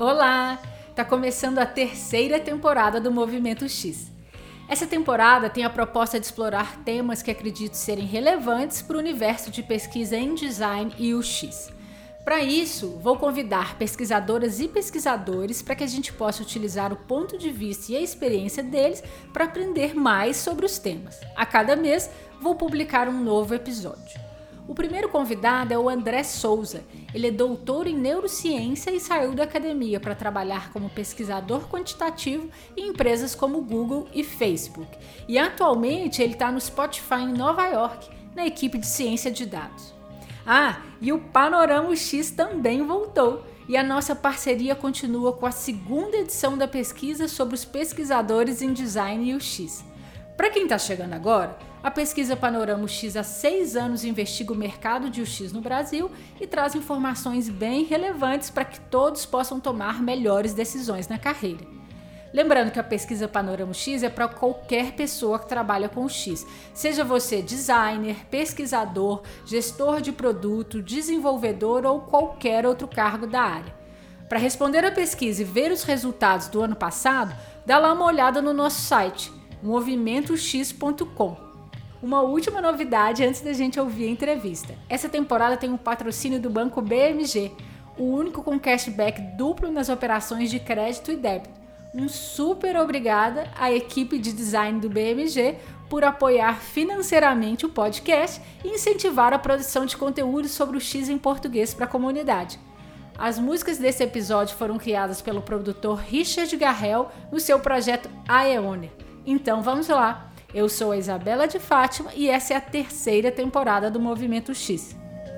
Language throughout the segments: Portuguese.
Olá! Tá começando a terceira temporada do Movimento X. Essa temporada tem a proposta de explorar temas que acredito serem relevantes para o universo de pesquisa em design e UX. Para isso, vou convidar pesquisadoras e pesquisadores para que a gente possa utilizar o ponto de vista e a experiência deles para aprender mais sobre os temas. A cada mês, vou publicar um novo episódio. O primeiro convidado é o André Souza. Ele é doutor em neurociência e saiu da academia para trabalhar como pesquisador quantitativo em empresas como Google e Facebook. E atualmente ele está no Spotify em Nova York, na equipe de ciência de dados. E o Panorama X também voltou. E a nossa parceria continua com a segunda edição da pesquisa sobre os pesquisadores em design e UX. Para quem está chegando agora, a pesquisa Panorama X há 6 anos investiga o mercado de UX no Brasil e traz informações bem relevantes para que todos possam tomar melhores decisões na carreira. Lembrando que a pesquisa Panorama X é para qualquer pessoa que trabalha com o X, seja você designer, pesquisador, gestor de produto, desenvolvedor ou qualquer outro cargo da área. Para responder a pesquisa e ver os resultados do ano passado, dá lá uma olhada no nosso site, movimentox.com. Uma última novidade antes da gente ouvir a entrevista. Essa temporada tem um patrocínio do Banco BMG, o único com cashback duplo nas operações de crédito e débito. Um super obrigada à equipe de design do BMG por apoiar financeiramente o podcast e incentivar a produção de conteúdo sobre o X em português para a comunidade. As músicas desse episódio foram criadas pelo produtor Richard Garrel no seu projeto Aeone. Então vamos lá! Eu sou a Isabela de Fátima e essa é a terceira temporada do Movimento X.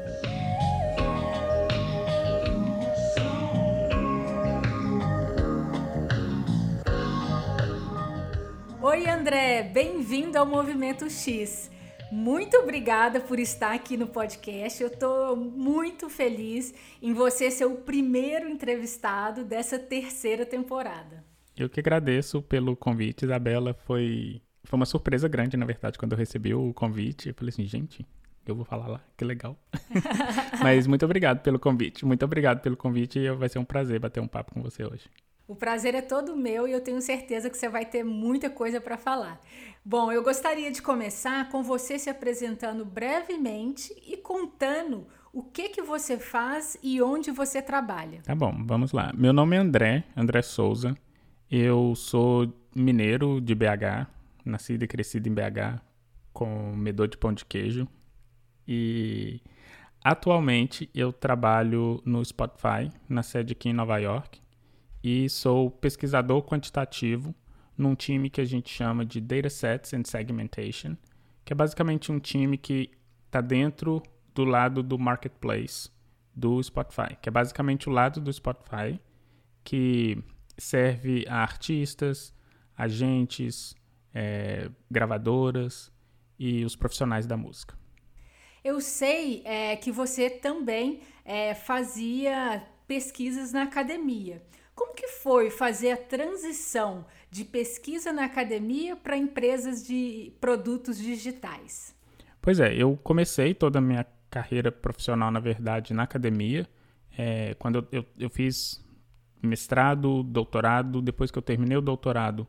Oi André, bem-vindo ao Movimento X. Muito obrigada por estar aqui no podcast. Eu estou muito feliz em você ser o primeiro entrevistado dessa terceira temporada. Eu que agradeço pelo convite, Isabela. Foi uma surpresa grande, na verdade, quando eu recebi o convite. Eu falei assim, gente, eu vou falar lá, que legal. Mas muito obrigado pelo convite. Muito obrigado pelo convite e vai ser um prazer bater um papo com você hoje. O prazer é todo meu e eu tenho certeza que você vai ter muita coisa para falar. Bom, eu gostaria de começar com você se apresentando brevemente e contando o que você faz e onde você trabalha. Tá bom, vamos lá. Meu nome é André Souza. Eu sou mineiro de BH, nascido e crescido em BH, comedor de pão de queijo. E atualmente eu trabalho no Spotify, na sede aqui em Nova York. E sou pesquisador quantitativo num time que a gente chama de Datasets and Segmentation, que é basicamente um time que está dentro do lado do marketplace do Spotify, que é basicamente o lado do Spotify que serve a artistas, agentes, gravadoras e os profissionais da música. Eu sei que você também fazia pesquisas na academia. Como que foi fazer a transição de pesquisa na academia para empresas de produtos digitais? Pois é, eu comecei toda a minha carreira profissional, na verdade, na academia. Quando eu fiz mestrado, doutorado, depois que eu terminei o doutorado,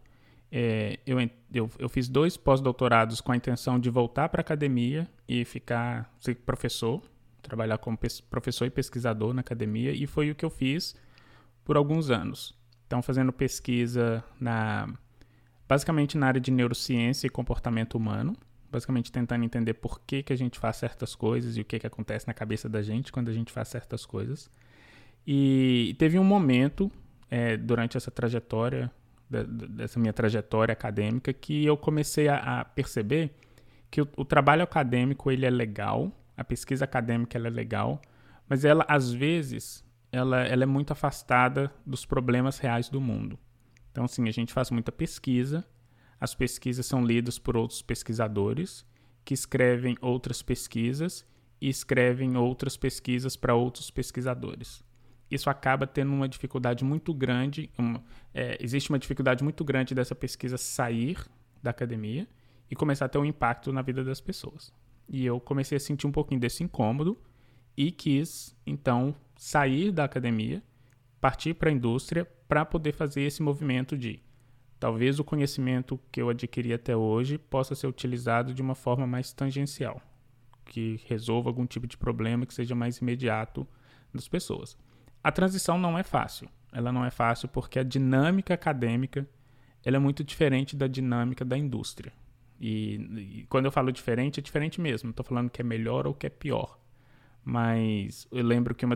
eu fiz 2 pós-doutorados com a intenção de voltar para a academia e ser professor, trabalhar como professor e pesquisador na academia, e foi o que eu fiz por alguns anos. Então, fazendo pesquisa basicamente na área de neurociência e comportamento humano, basicamente tentando entender por que a gente faz certas coisas e o que acontece na cabeça da gente quando a gente faz certas coisas. E teve um momento durante essa trajetória, dessa minha trajetória acadêmica, que eu comecei a perceber que o trabalho acadêmico ele é legal, a pesquisa acadêmica ela é legal, mas ela, às vezes, ela é muito afastada dos problemas reais do mundo. Então, assim, a gente faz muita pesquisa, as pesquisas são lidas por outros pesquisadores, que escrevem outras pesquisas e escrevem outras pesquisas para outros pesquisadores. Isso acaba tendo uma dificuldade muito grande, existe uma dificuldade muito grande dessa pesquisa sair da academia e começar a ter um impacto na vida das pessoas. E eu comecei a sentir um pouquinho desse incômodo e quis, então, sair da academia partir para a indústria para poder fazer esse movimento de talvez o conhecimento que eu adquiri até hoje possa ser utilizado de uma forma mais tangencial, que resolva algum tipo de problema que seja mais imediato das pessoas. A transição não é fácil. Ela não é fácil porque a dinâmica acadêmica ela é muito diferente da dinâmica da indústria. E quando eu falo diferente, é diferente mesmo. Não estou falando que é melhor ou que é pior. Mas eu lembro que uma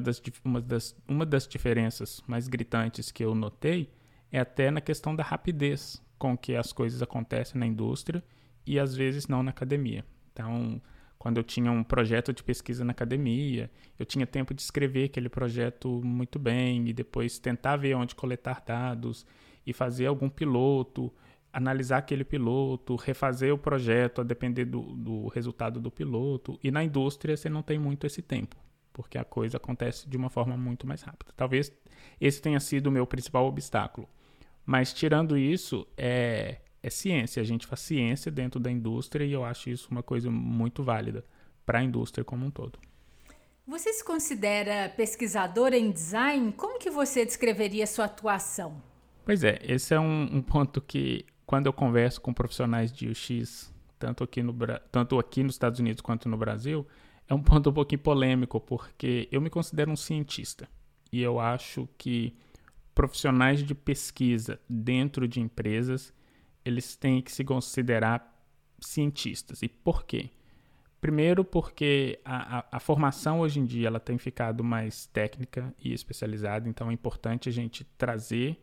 das diferenças mais gritantes que eu notei é até na questão da rapidez com que as coisas acontecem na indústria e às vezes não na academia. Então, quando eu tinha um projeto de pesquisa na academia, eu tinha tempo de escrever aquele projeto muito bem e depois tentar ver onde coletar dados e fazer algum piloto, analisar aquele piloto, refazer o projeto a depender do resultado do piloto. E na indústria você não tem muito esse tempo, porque a coisa acontece de uma forma muito mais rápida. Talvez esse tenha sido o meu principal obstáculo. Mas tirando isso, é ciência. A gente faz ciência dentro da indústria e eu acho isso uma coisa muito válida para a indústria como um todo. Você se considera pesquisador em design? Como que você descreveria sua atuação? Pois é, esse é um ponto que quando eu converso com profissionais de UX, tanto aqui nos Estados Unidos quanto no Brasil, é um ponto um pouquinho polêmico, porque eu me considero um cientista. E eu acho que profissionais de pesquisa dentro de empresas, eles têm que se considerar cientistas. E por quê? Primeiro porque a formação hoje em dia ela tem ficado mais técnica e especializada, então é importante a gente trazer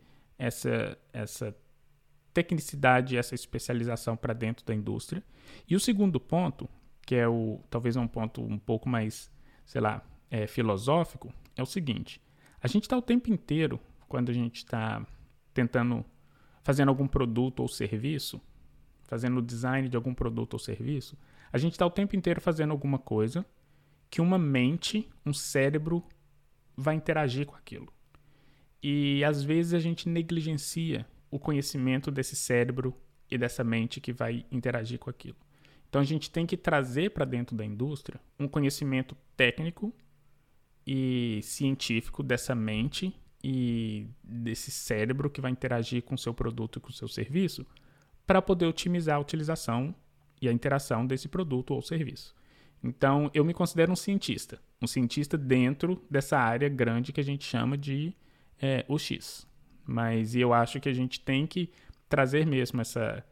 essa tecnicidade, essa especialização para dentro da indústria. E o segundo ponto, que é talvez um ponto um pouco mais, filosófico, é o seguinte: a gente está o tempo inteiro, quando a gente está fazendo algum produto ou serviço, fazendo o design de algum produto ou serviço, a gente está o tempo inteiro fazendo alguma coisa que uma mente, um cérebro, vai interagir com aquilo. E às vezes a gente negligencia o conhecimento desse cérebro e dessa mente que vai interagir com aquilo. Então a gente tem que trazer para dentro da indústria um conhecimento técnico e científico dessa mente e desse cérebro que vai interagir com o seu produto e com o seu serviço para poder otimizar a utilização e a interação desse produto ou serviço. Então eu me considero um cientista dentro dessa área grande que a gente chama de UX. Mas eu acho que a gente tem que trazer mesmo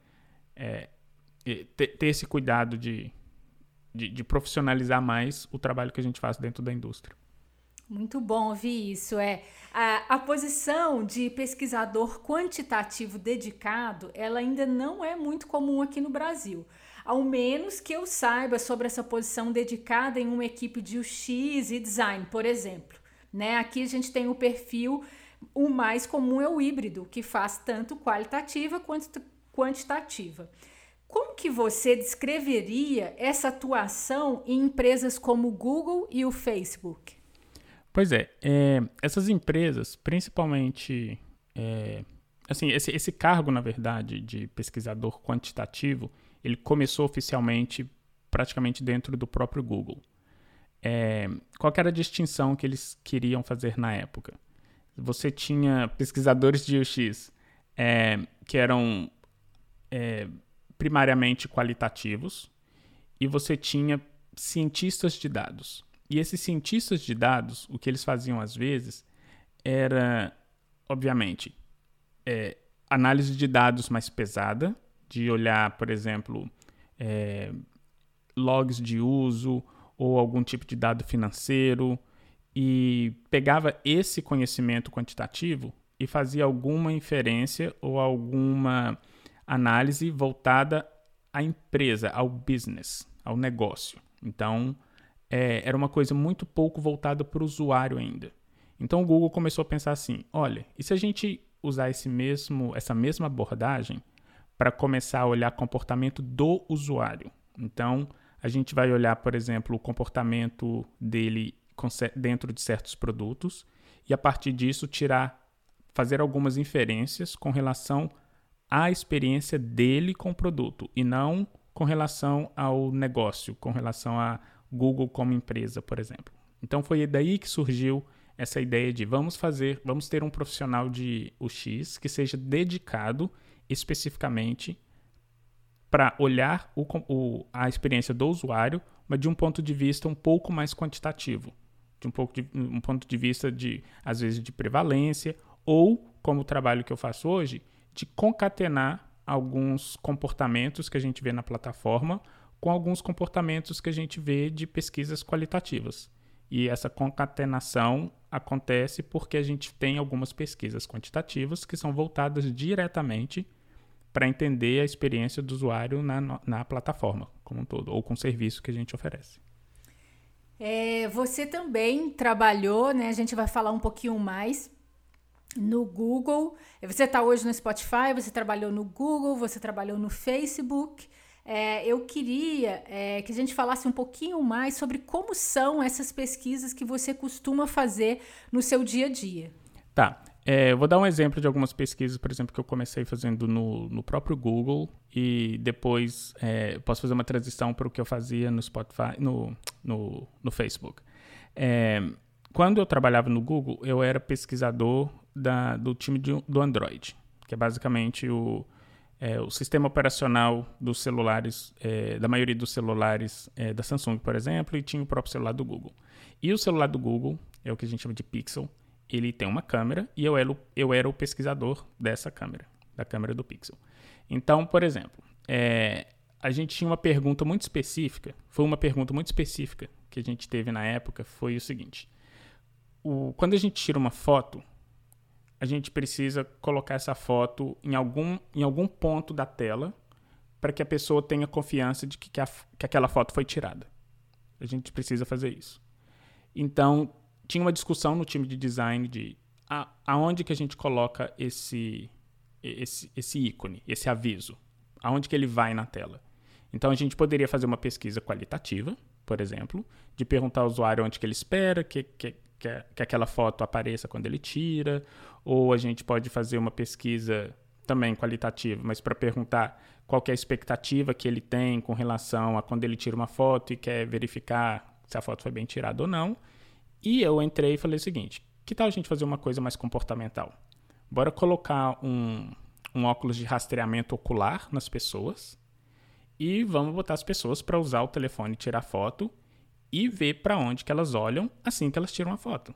ter esse cuidado de profissionalizar mais o trabalho que a gente faz dentro da indústria. Muito bom ouvir isso. A posição de pesquisador quantitativo dedicado, ela ainda não é muito comum aqui no Brasil. Ao menos que eu saiba sobre essa posição dedicada em uma equipe de UX e design, por exemplo. Aqui a gente tem o perfil, o mais comum é o híbrido, que faz tanto qualitativa quanto quantitativa. Como que você descreveria essa atuação em empresas como o Google e o Facebook? Pois essas empresas, principalmente, esse cargo, na verdade, de pesquisador quantitativo, ele começou oficialmente praticamente dentro do próprio Google. Qual que era a distinção que eles queriam fazer na época? Você tinha pesquisadores de UX que eram primariamente qualitativos e você tinha cientistas de dados. E esses cientistas de dados, o que eles faziam às vezes era, obviamente, análise de dados mais pesada, de olhar, por exemplo, logs de uso ou algum tipo de dado financeiro, e pegava esse conhecimento quantitativo e fazia alguma inferência ou alguma análise voltada à empresa, ao business, ao negócio. Então, era uma coisa muito pouco voltada para o usuário ainda. Então, o Google começou a pensar assim, olha, e se a gente usar essa mesma abordagem para começar a olhar comportamento do usuário? Então, a gente vai olhar, por exemplo, o comportamento dele dentro de certos produtos e, a partir disso, fazer algumas inferências com relação à experiência dele com o produto e não com relação ao negócio, com relação a Google como empresa, por exemplo. Então, foi daí que surgiu essa ideia de vamos ter um profissional de UX que seja dedicado especificamente para olhar a experiência do usuário, mas de um ponto de vista um pouco mais quantitativo, um ponto de vista às vezes, de prevalência, ou, como o trabalho que eu faço hoje, de concatenar alguns comportamentos que a gente vê na plataforma com alguns comportamentos que a gente vê de pesquisas qualitativas. E essa concatenação acontece porque a gente tem algumas pesquisas quantitativas que são voltadas diretamente para entender a experiência do usuário na plataforma como um todo, ou com o serviço que a gente oferece. Você também trabalhou, né? A gente vai falar um pouquinho mais no Google. Você está hoje no Spotify, você trabalhou no Google, você trabalhou no Facebook. Eu queria que a gente falasse um pouquinho mais sobre como são essas pesquisas que você costuma fazer no seu dia a dia. Tá. Eu vou dar um exemplo de algumas pesquisas, por exemplo, que eu comecei fazendo no próprio Google e depois posso fazer uma transição para o que eu fazia no Spotify, no Facebook. Quando eu trabalhava no Google, eu era pesquisador do time do Android, que é basicamente o sistema operacional dos celulares, da maioria dos celulares da Samsung, por exemplo, e tinha o próprio celular do Google. E o celular do Google é o que a gente chama de Pixel. Ele tem uma câmera e eu era o pesquisador dessa câmera, da câmera do Pixel. Então, por exemplo, a gente tinha uma pergunta muito específica, que a gente teve na época, foi o seguinte: quando a gente tira uma foto, a gente precisa colocar essa foto em algum ponto da tela para que a pessoa tenha confiança de que aquela foto foi tirada. A gente precisa fazer isso. Então, tinha uma discussão no time de design de aonde que a gente coloca esse ícone, esse aviso, aonde que ele vai na tela. Então, a gente poderia fazer uma pesquisa qualitativa, por exemplo, de perguntar ao usuário onde que ele espera que aquela foto apareça quando ele tira, ou a gente pode fazer uma pesquisa também qualitativa, mas para perguntar qual que é a expectativa que ele tem com relação a quando ele tira uma foto e quer verificar se a foto foi bem tirada ou não. E eu entrei e falei o seguinte: que tal a gente fazer uma coisa mais comportamental? Bora colocar um óculos de rastreamento ocular nas pessoas e vamos botar as pessoas para usar o telefone e tirar foto e ver para onde que elas olham assim que elas tiram a foto.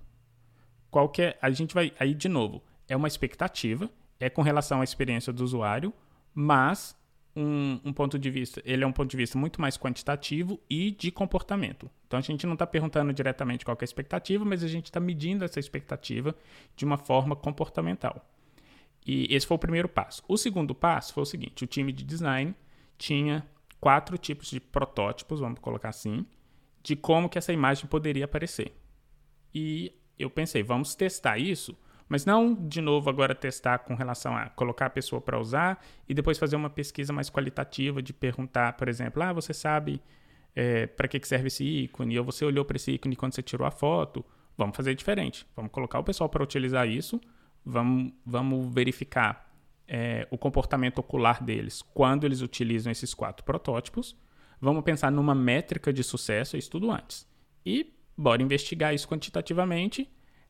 A gente vai, aí de novo, é uma expectativa, é com relação à experiência do usuário, mas ele é um ponto de vista muito mais quantitativo e de comportamento. Então, a gente não está perguntando diretamente qual que é a expectativa, mas a gente está medindo essa expectativa de uma forma comportamental. E esse foi o primeiro passo. O segundo passo foi o seguinte: o time de design tinha 4 tipos de protótipos, vamos colocar assim, de como que essa imagem poderia aparecer. E eu pensei, vamos testar isso, mas não, de novo, agora testar com relação a colocar a pessoa para usar e depois fazer uma pesquisa mais qualitativa de perguntar, por exemplo, você sabe para que serve esse ícone? Ou você olhou para esse ícone quando você tirou a foto? Vamos fazer diferente. Vamos colocar o pessoal para utilizar isso, vamos verificar o comportamento ocular deles quando eles utilizam esses 4 protótipos. Vamos pensar numa métrica de sucesso, isso tudo antes. E bora investigar isso quantitativamente.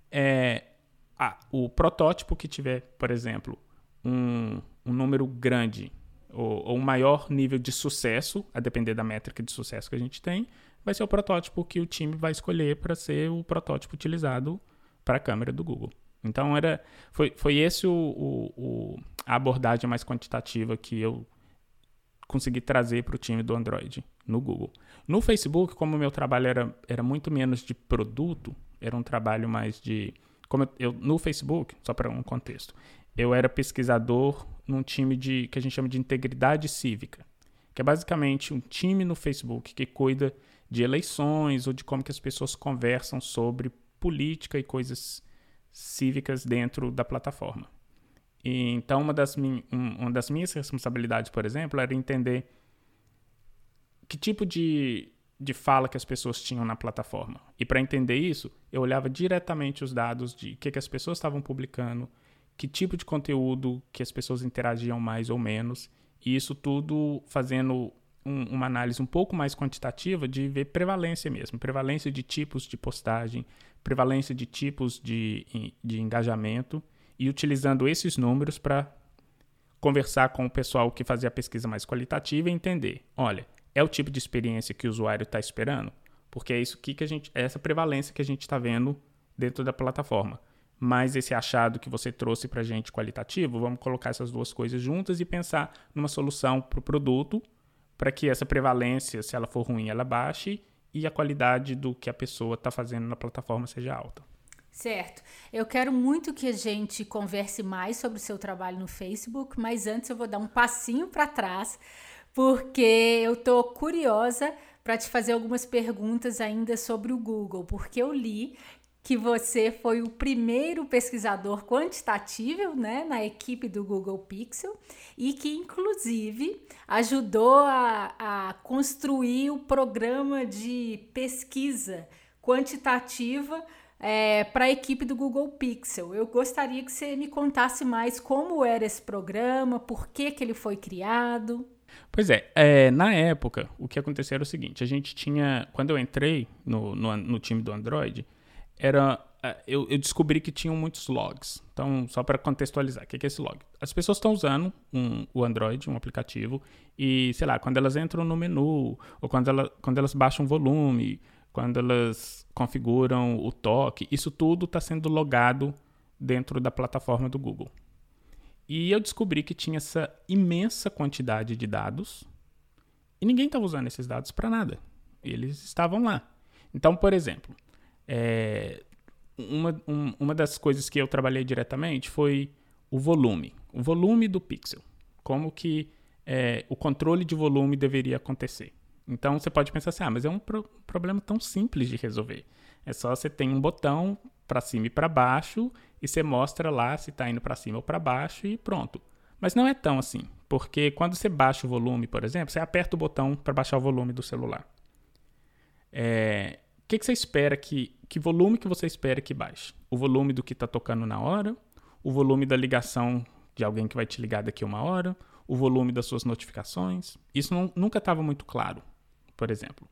O protótipo que tiver, por exemplo, um número grande ou um maior nível de sucesso, a depender da métrica de sucesso que a gente tem, vai ser o protótipo que o time vai escolher para ser o protótipo utilizado para a câmera do Google. Então, foi esse a abordagem mais quantitativa que eu consegui trazer para o time do Android no Google. No Facebook, como o meu trabalho era muito menos de produto, era um trabalho mais de... no Facebook, só para um contexto, eu era pesquisador num time que a gente chama de integridade cívica, que é basicamente um time no Facebook que cuida de eleições ou de como que as pessoas conversam sobre política e coisas cívicas dentro da plataforma. E então, uma das minhas responsabilidades, por exemplo, era entender que tipo de fala que as pessoas tinham na plataforma. E para entender isso, eu olhava diretamente os dados de o que as pessoas estavam publicando, que tipo de conteúdo que as pessoas interagiam mais ou menos, e isso tudo fazendo uma análise um pouco mais quantitativa de ver prevalência mesmo, prevalência de tipos de postagem, prevalência de tipos de engajamento, e utilizando esses números para conversar com o pessoal que fazia a pesquisa mais qualitativa e entender, olha, é o tipo de experiência que o usuário está esperando? Porque é isso que é essa prevalência que a gente está vendo dentro da plataforma. Mas esse achado que você trouxe para a gente qualitativo, vamos colocar essas duas coisas juntas e pensar numa solução para o produto, para que essa prevalência, se ela for ruim, ela baixe e a qualidade do que a pessoa está fazendo na plataforma seja alta. Certo. Eu quero muito que a gente converse mais sobre o seu trabalho no Facebook, mas antes eu vou dar um passinho para trás, porque eu estou curiosa para te fazer algumas perguntas ainda sobre o Google, porque eu li que você foi o primeiro pesquisador quantitativo, né, na equipe do Google Pixel e que, inclusive, ajudou a construir o programa de pesquisa quantitativa para a equipe do Google Pixel. Eu gostaria que você me contasse mais como era esse programa, por que ele foi criado. Pois na época, o que aconteceu era o seguinte, a gente tinha, quando eu entrei no time do Android, eu descobri que tinham muitos logs. Então, só para contextualizar, o que é esse log? As pessoas estão usando o Android, um aplicativo, e, sei lá, quando elas entram no menu, ou quando elas baixam o volume, quando elas configuram o toque, isso tudo está sendo logado dentro da plataforma do Google. E eu descobri que tinha essa imensa quantidade de dados e ninguém estava usando esses dados para nada. Eles estavam lá. Então, por exemplo, uma das coisas que eu trabalhei diretamente foi o volume do pixel. Como que o controle de volume deveria acontecer. Então, você pode pensar assim, mas é um problema tão simples de resolver. É só você ter um botão para cima e para baixo e você mostra lá se está indo para cima ou para baixo e pronto. Mas não é tão assim, porque quando você baixa o volume, por exemplo, você aperta o botão para baixar o volume do celular. Que você espera que volume que você espera que baixe? O volume do que está tocando na hora? O volume da ligação de alguém que vai te ligar daqui a uma hora? O volume das suas notificações? Isso nunca estava muito claro, por exemplo.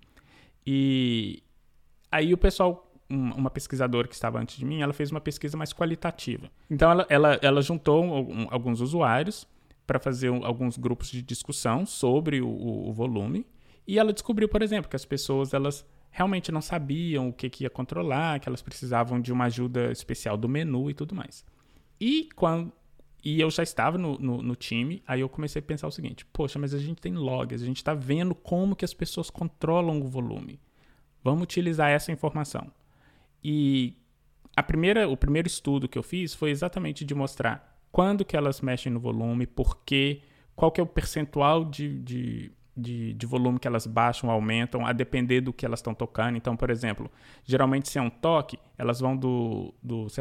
E aí o pessoal, uma pesquisadora que estava antes de mim, ela fez uma pesquisa mais qualitativa. Então ela juntou alguns usuários para fazer alguns grupos de discussão sobre o volume e ela descobriu, por exemplo, que as pessoas elas realmente não sabiam o que ia controlar, que elas precisavam de uma ajuda especial do menu e tudo mais. E eu já estava no time, aí eu comecei a pensar o seguinte, poxa, mas a gente tem logs, a gente está vendo como que as pessoas controlam o volume. Vamos utilizar essa informação. E o primeiro estudo que eu fiz foi exatamente de mostrar quando que elas mexem no volume, qual que é o percentual de volume que elas baixam ou aumentam, a depender do que elas estão tocando. Então, por exemplo, geralmente se é um toque, elas vão do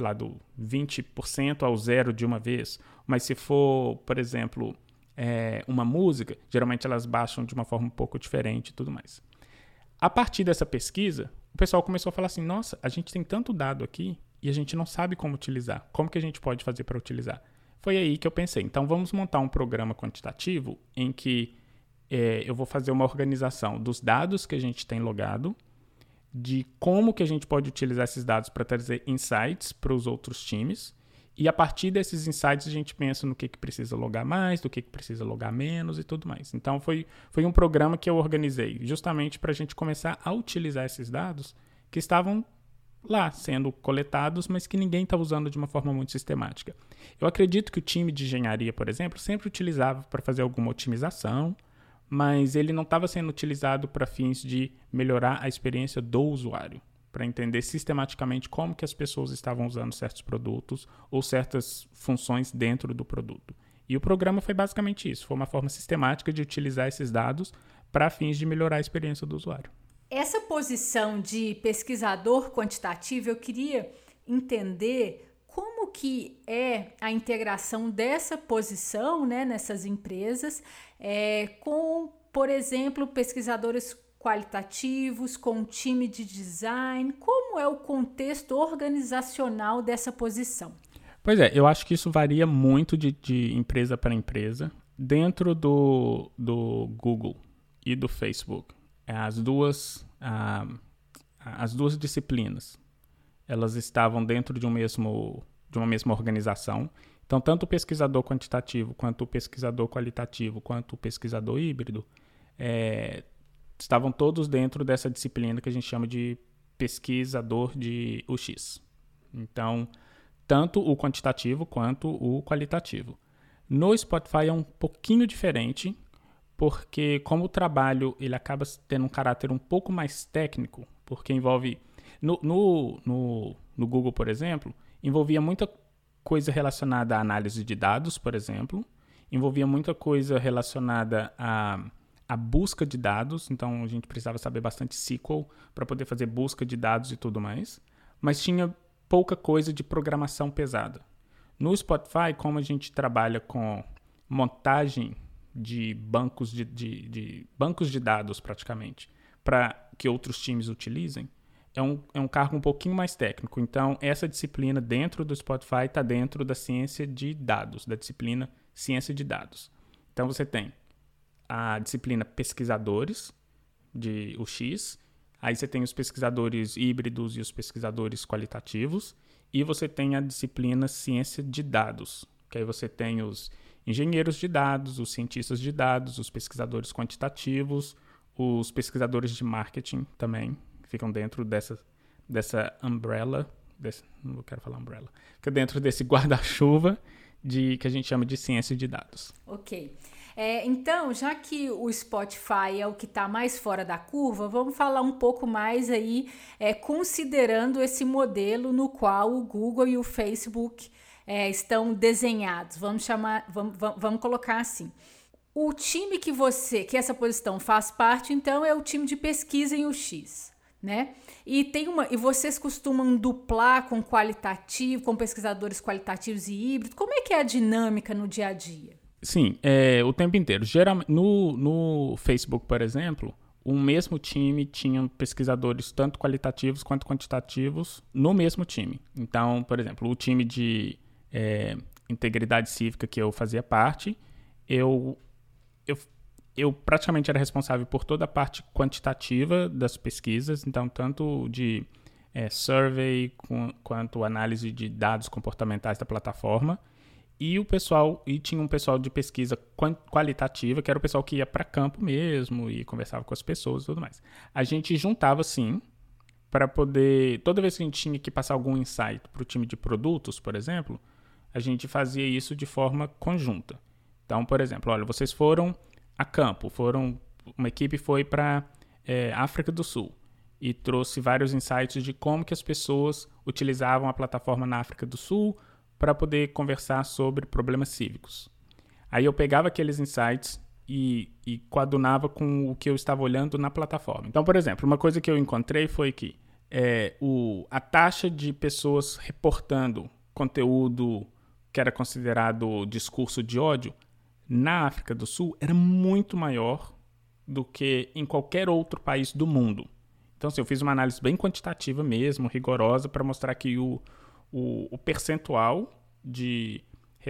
20% ao 0% de uma vez. Mas se for, por exemplo, uma música, geralmente elas baixam de uma forma um pouco diferente e tudo mais. A partir dessa pesquisa, o pessoal começou a falar assim, nossa, a gente tem tanto dado aqui e a gente não sabe como utilizar. Como que a gente pode fazer para utilizar? Foi aí que eu pensei, então vamos montar um programa quantitativo em que eu vou fazer uma organização dos dados que a gente tem logado, de como que a gente pode utilizar esses dados para trazer insights para os outros times, e a partir desses insights a gente pensa no que precisa logar mais, do que precisa logar menos e tudo mais. Então foi um programa que eu organizei justamente para a gente começar a utilizar esses dados que estavam lá sendo coletados, mas que ninguém estava usando de uma forma muito sistemática. Eu acredito que o time de engenharia, por exemplo, sempre utilizava para fazer alguma otimização, mas ele não estava sendo utilizado para fins de melhorar a experiência do usuário, para entender sistematicamente como que as pessoas estavam usando certos produtos ou certas funções dentro do produto. E o programa foi basicamente isso, foi uma forma sistemática de utilizar esses dados para fins de melhorar a experiência do usuário. Essa posição de pesquisador quantitativo, eu queria entender como que é a integração dessa posição, né, nessas empresas com, por exemplo, pesquisadores qualitativos, com um time de design. Como é o contexto organizacional dessa posição? Pois eu acho que isso varia muito de empresa para empresa. Dentro do Google, e do Facebook. As duas disciplinas, elas estavam dentro de uma mesma organização. Então, tanto o pesquisador quantitativo, quanto o pesquisador qualitativo, quanto o pesquisador híbrido, estavam todos dentro dessa disciplina que a gente chama de pesquisador de UX. Então, tanto o quantitativo quanto o qualitativo. No Spotify é um pouquinho diferente, porque como o trabalho ele acaba tendo um caráter um pouco mais técnico, porque envolve... No Google, por exemplo, envolvia muita coisa relacionada à análise de dados, por exemplo, envolvia muita coisa relacionada à busca de dados, então a gente precisava saber bastante SQL para poder fazer busca de dados e tudo mais, mas tinha pouca coisa de programação pesada. No Spotify, como a gente trabalha com montagem de bancos bancos de dados, praticamente, para que outros times utilizem, é um cargo um pouquinho mais técnico. Então, essa disciplina dentro do Spotify está dentro da ciência de dados, da disciplina ciência de dados. Então, você tem a disciplina pesquisadores de UX, aí você tem os pesquisadores híbridos e os pesquisadores qualitativos, e você tem a disciplina ciência de dados, que aí você tem os engenheiros de dados, os cientistas de dados, os pesquisadores quantitativos, os pesquisadores de marketing também, que ficam dentro dessa umbrella, não quero falar umbrella, fica dentro desse guarda-chuva que a gente chama de ciência de dados. Ok. Então, já que o Spotify é o que está mais fora da curva, vamos falar um pouco mais aí, considerando esse modelo no qual o Google e o Facebook estão desenhados. Vamos colocar assim. O time que essa posição faz parte, então, é o time de pesquisa em UX, né? E vocês costumam duplar com pesquisadores qualitativos e híbridos. Como é que é a dinâmica no dia a dia? Sim, o tempo inteiro. Geralmente, no Facebook, por exemplo, o mesmo time tinha pesquisadores tanto qualitativos quanto quantitativos no mesmo time. Então, por exemplo, o time de integridade cívica que eu fazia parte, eu praticamente era responsável por toda a parte quantitativa das pesquisas, então tanto de survey quanto análise de dados comportamentais da plataforma. E tinha um pessoal de pesquisa qualitativa, que era o pessoal que ia para campo mesmo e conversava com as pessoas e tudo mais. A gente juntava, sim, para poder... Toda vez que a gente tinha que passar algum insight para o time de produtos, por exemplo, a gente fazia isso de forma conjunta. Então, por exemplo, olha, vocês foram a campo, uma equipe foi para África do Sul e trouxe vários insights de como que as pessoas utilizavam a plataforma na África do Sul para poder conversar sobre problemas cívicos. Aí eu pegava aqueles insights e coadunava com o que eu estava olhando na plataforma. Então, por exemplo, uma coisa que eu encontrei foi que a taxa de pessoas reportando conteúdo que era considerado discurso de ódio na África do Sul era muito maior do que em qualquer outro país do mundo. Então, assim, eu fiz uma análise bem quantitativa mesmo, rigorosa, para mostrar que o percentual de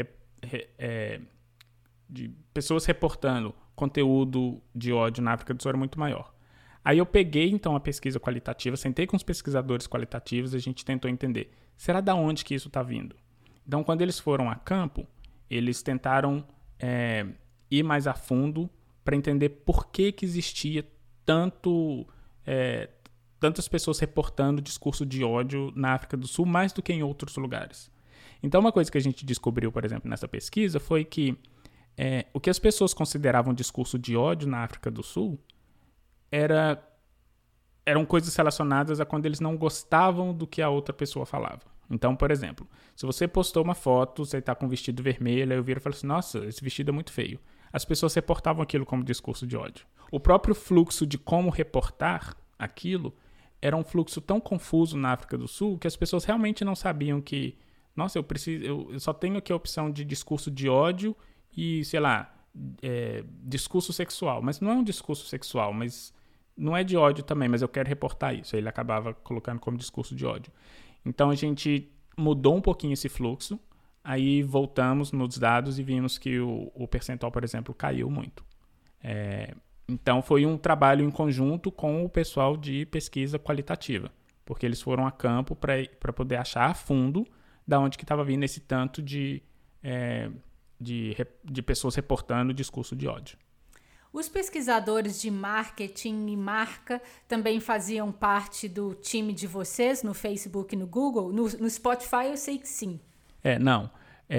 pessoas reportando conteúdo de ódio na África do Sul era muito maior. Aí eu peguei, então, a pesquisa qualitativa, sentei com os pesquisadores qualitativos e a gente tentou entender, será da onde que isso está vindo? Então, quando eles foram a campo, eles tentaram ir mais a fundo para entender por que existia tantas pessoas reportando discurso de ódio na África do Sul, mais do que em outros lugares. Então, uma coisa que a gente descobriu, por exemplo, nessa pesquisa, foi que o que as pessoas consideravam discurso de ódio na África do Sul eram coisas relacionadas a quando eles não gostavam do que a outra pessoa falava. Então, por exemplo, se você postou uma foto, você está com um vestido vermelho, aí eu viro e falo assim, nossa, esse vestido é muito feio. As pessoas reportavam aquilo como discurso de ódio. O próprio fluxo de como reportar aquilo era um fluxo tão confuso na África do Sul que as pessoas realmente não sabiam que, nossa, eu só tenho aqui a opção de discurso de ódio e, sei lá, discurso sexual. Mas não é um discurso sexual, mas não é de ódio também, mas eu quero reportar isso. Aí ele acabava colocando como discurso de ódio. Então a gente mudou um pouquinho esse fluxo, aí voltamos nos dados e vimos que o percentual, por exemplo, caiu muito. Então, foi um trabalho em conjunto com o pessoal de pesquisa qualitativa, porque eles foram a campo para poder achar a fundo da onde que estava vindo esse tanto de pessoas reportando discurso de ódio. Os pesquisadores de marketing e marca também faziam parte do time de vocês no Facebook e no Google? No Spotify eu sei que sim. Não.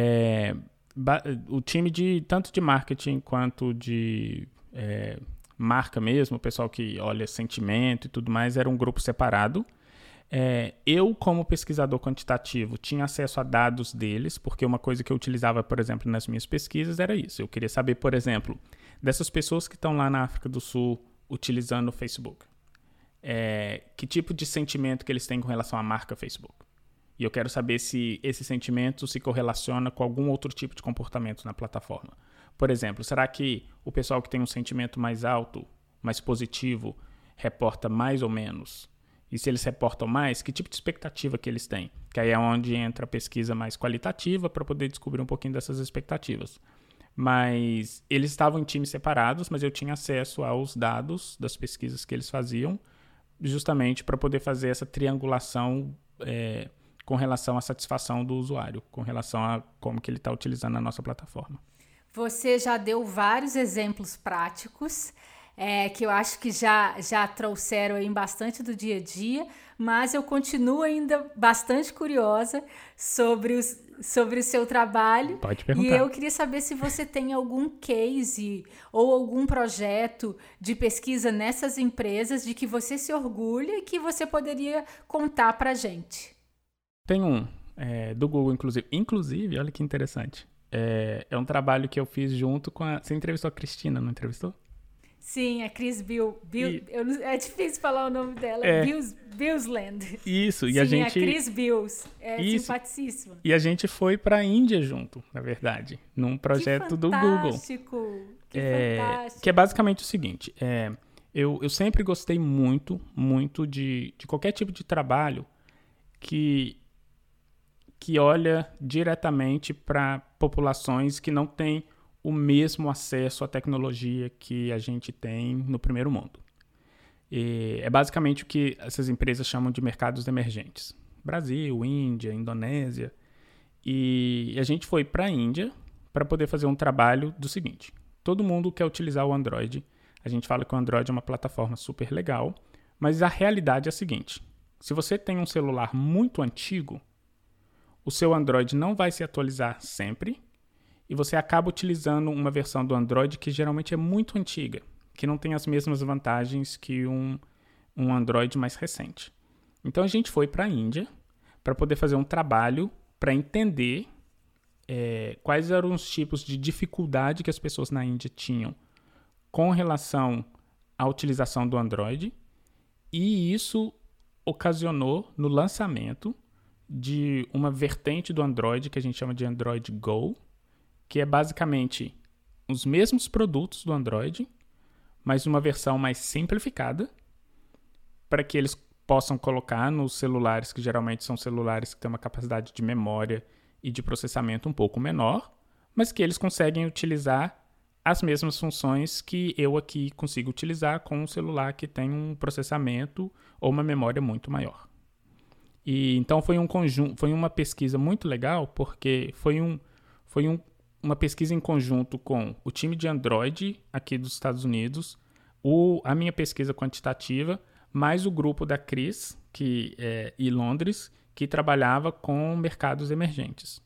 O time tanto de marketing quanto de marca mesmo, o pessoal que olha sentimento e tudo mais, era um grupo separado. Eu, como pesquisador quantitativo, tinha acesso a dados deles, porque uma coisa que eu utilizava, por exemplo, nas minhas pesquisas era isso. Eu queria saber, por exemplo, dessas pessoas que estão lá na África do Sul utilizando o Facebook. Que tipo de sentimento que eles têm com relação à marca Facebook? E eu quero saber se esse sentimento se correlaciona com algum outro tipo de comportamento na plataforma. Por exemplo, será que o pessoal que tem um sentimento mais alto, mais positivo, reporta mais ou menos? E se eles reportam mais, que tipo de expectativa que eles têm? Que aí é onde entra a pesquisa mais qualitativa para poder descobrir um pouquinho dessas expectativas. Mas eles estavam em times separados, mas eu tinha acesso aos dados das pesquisas que eles faziam, justamente para poder fazer essa triangulação com relação à satisfação do usuário, com relação a como que ele está utilizando a nossa plataforma. Você já deu vários exemplos práticos, que eu acho que já trouxeram aí bastante do dia a dia, mas eu continuo ainda bastante curiosa sobre o seu trabalho. Pode perguntar. E eu queria saber se você tem algum case ou algum projeto de pesquisa nessas empresas de que você se orgulha e que você poderia contar pra gente. Tem um, do Google, inclusive. Inclusive, olha que interessante. É um trabalho que eu fiz junto com Você entrevistou a Cristina, não entrevistou? Sim, a Chris é difícil falar o nome dela. Billsland. Isso, e sim, a gente... a Chris Bills. Simpaticíssima. E a gente foi para a Índia junto, na verdade, num projeto do Google. Fantástico! Que é basicamente o seguinte, eu sempre gostei muito, muito de qualquer tipo de trabalho que olha diretamente para populações que não têm o mesmo acesso à tecnologia que a gente tem no primeiro mundo. É basicamente o que essas empresas chamam de mercados emergentes. Brasil, Índia, Indonésia. E a gente foi para a Índia para poder fazer um trabalho do seguinte. Todo mundo quer utilizar o Android. A gente fala que o Android é uma plataforma super legal, mas a realidade é a seguinte. Se você tem um celular muito antigo, o seu Android não vai se atualizar sempre, e você acaba utilizando uma versão do Android que geralmente é muito antiga, que não tem as mesmas vantagens que um Android mais recente. Então a gente foi para a Índia para poder fazer um trabalho para entender quais eram os tipos de dificuldade que as pessoas na Índia tinham com relação à utilização do Android, e isso ocasionou no lançamento de uma vertente do Android que a gente chama de Android Go, que é basicamente os mesmos produtos do Android, mas uma versão mais simplificada, para que eles possam colocar nos celulares, que geralmente são celulares que têm uma capacidade de memória e de processamento um pouco menor, mas que eles conseguem utilizar as mesmas funções que eu aqui consigo utilizar com um celular que tem um processamento ou uma memória muito maior. E então foi uma pesquisa muito legal, porque foi uma pesquisa em conjunto com o time de Android aqui dos Estados Unidos, a minha pesquisa quantitativa, mais o grupo da Cris e Londres, que trabalhava com mercados emergentes.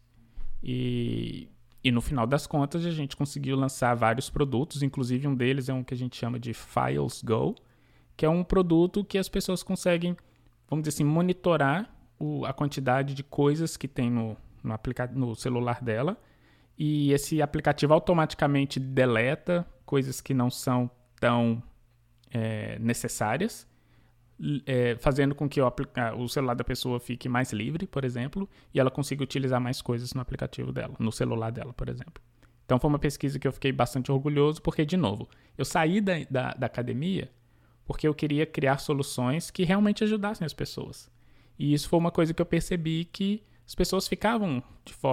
E no final das contas, a gente conseguiu lançar vários produtos, inclusive um deles é um que a gente chama de Files Go, que é um produto que as pessoas conseguem, vamos dizer assim, monitorar a quantidade de coisas que tem no celular dela, e esse aplicativo automaticamente deleta coisas que não são tão necessárias, fazendo com que o celular da pessoa fique mais livre, por exemplo, e ela consiga utilizar mais coisas no aplicativo dela, no celular dela, por exemplo. Então foi uma pesquisa que eu fiquei bastante orgulhoso, porque, de novo, eu saí da academia porque eu queria criar soluções que realmente ajudassem as pessoas. E isso foi uma coisa que eu percebi que as pessoas ficavam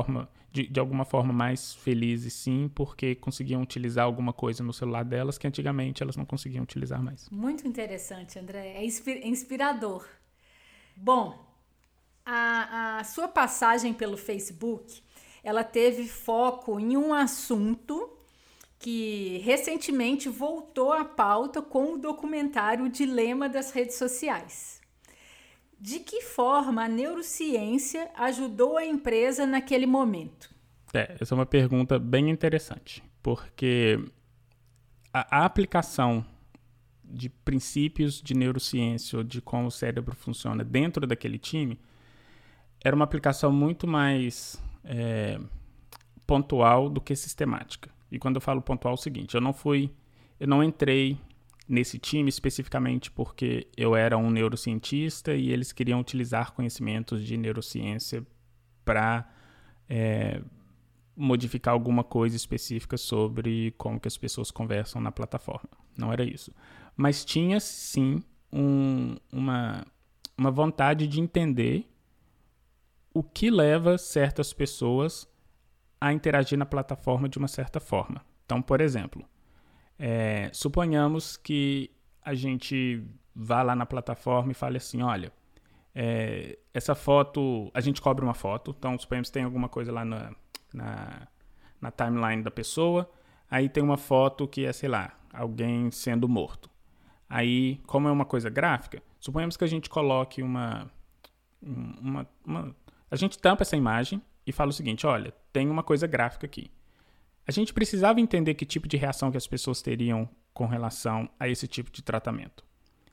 de alguma forma mais felizes, sim, porque conseguiam utilizar alguma coisa no celular delas que antigamente elas não conseguiam utilizar mais. Muito interessante, André. É inspirador. Bom, a sua passagem pelo Facebook, ela teve foco em um assunto que recentemente voltou à pauta com o documentário Dilema das Redes Sociais. De que forma a neurociência ajudou a empresa naquele momento? Essa é uma pergunta bem interessante, porque a aplicação de princípios de neurociência ou de como o cérebro funciona dentro daquele time era uma aplicação muito mais pontual do que sistemática. E quando eu falo pontual é o seguinte, eu não entrei nesse time especificamente porque eu era um neurocientista e eles queriam utilizar conhecimentos de neurociência para modificar alguma coisa específica sobre como que as pessoas conversam na plataforma. Não era isso. Mas tinha, sim, uma vontade de entender o que leva certas pessoas a interagir na plataforma de uma certa forma. Então, por exemplo, suponhamos que a gente vá lá na plataforma e fale assim, olha, essa foto, a gente cobre uma foto, então suponhamos que tem alguma coisa lá na timeline da pessoa, aí tem uma foto que é, sei lá, alguém sendo morto. Aí, como é uma coisa gráfica, suponhamos que a gente coloque a gente tampa essa imagem e fala o seguinte, olha, tem uma coisa gráfica aqui. A gente precisava entender que tipo de reação que as pessoas teriam com relação a esse tipo de tratamento.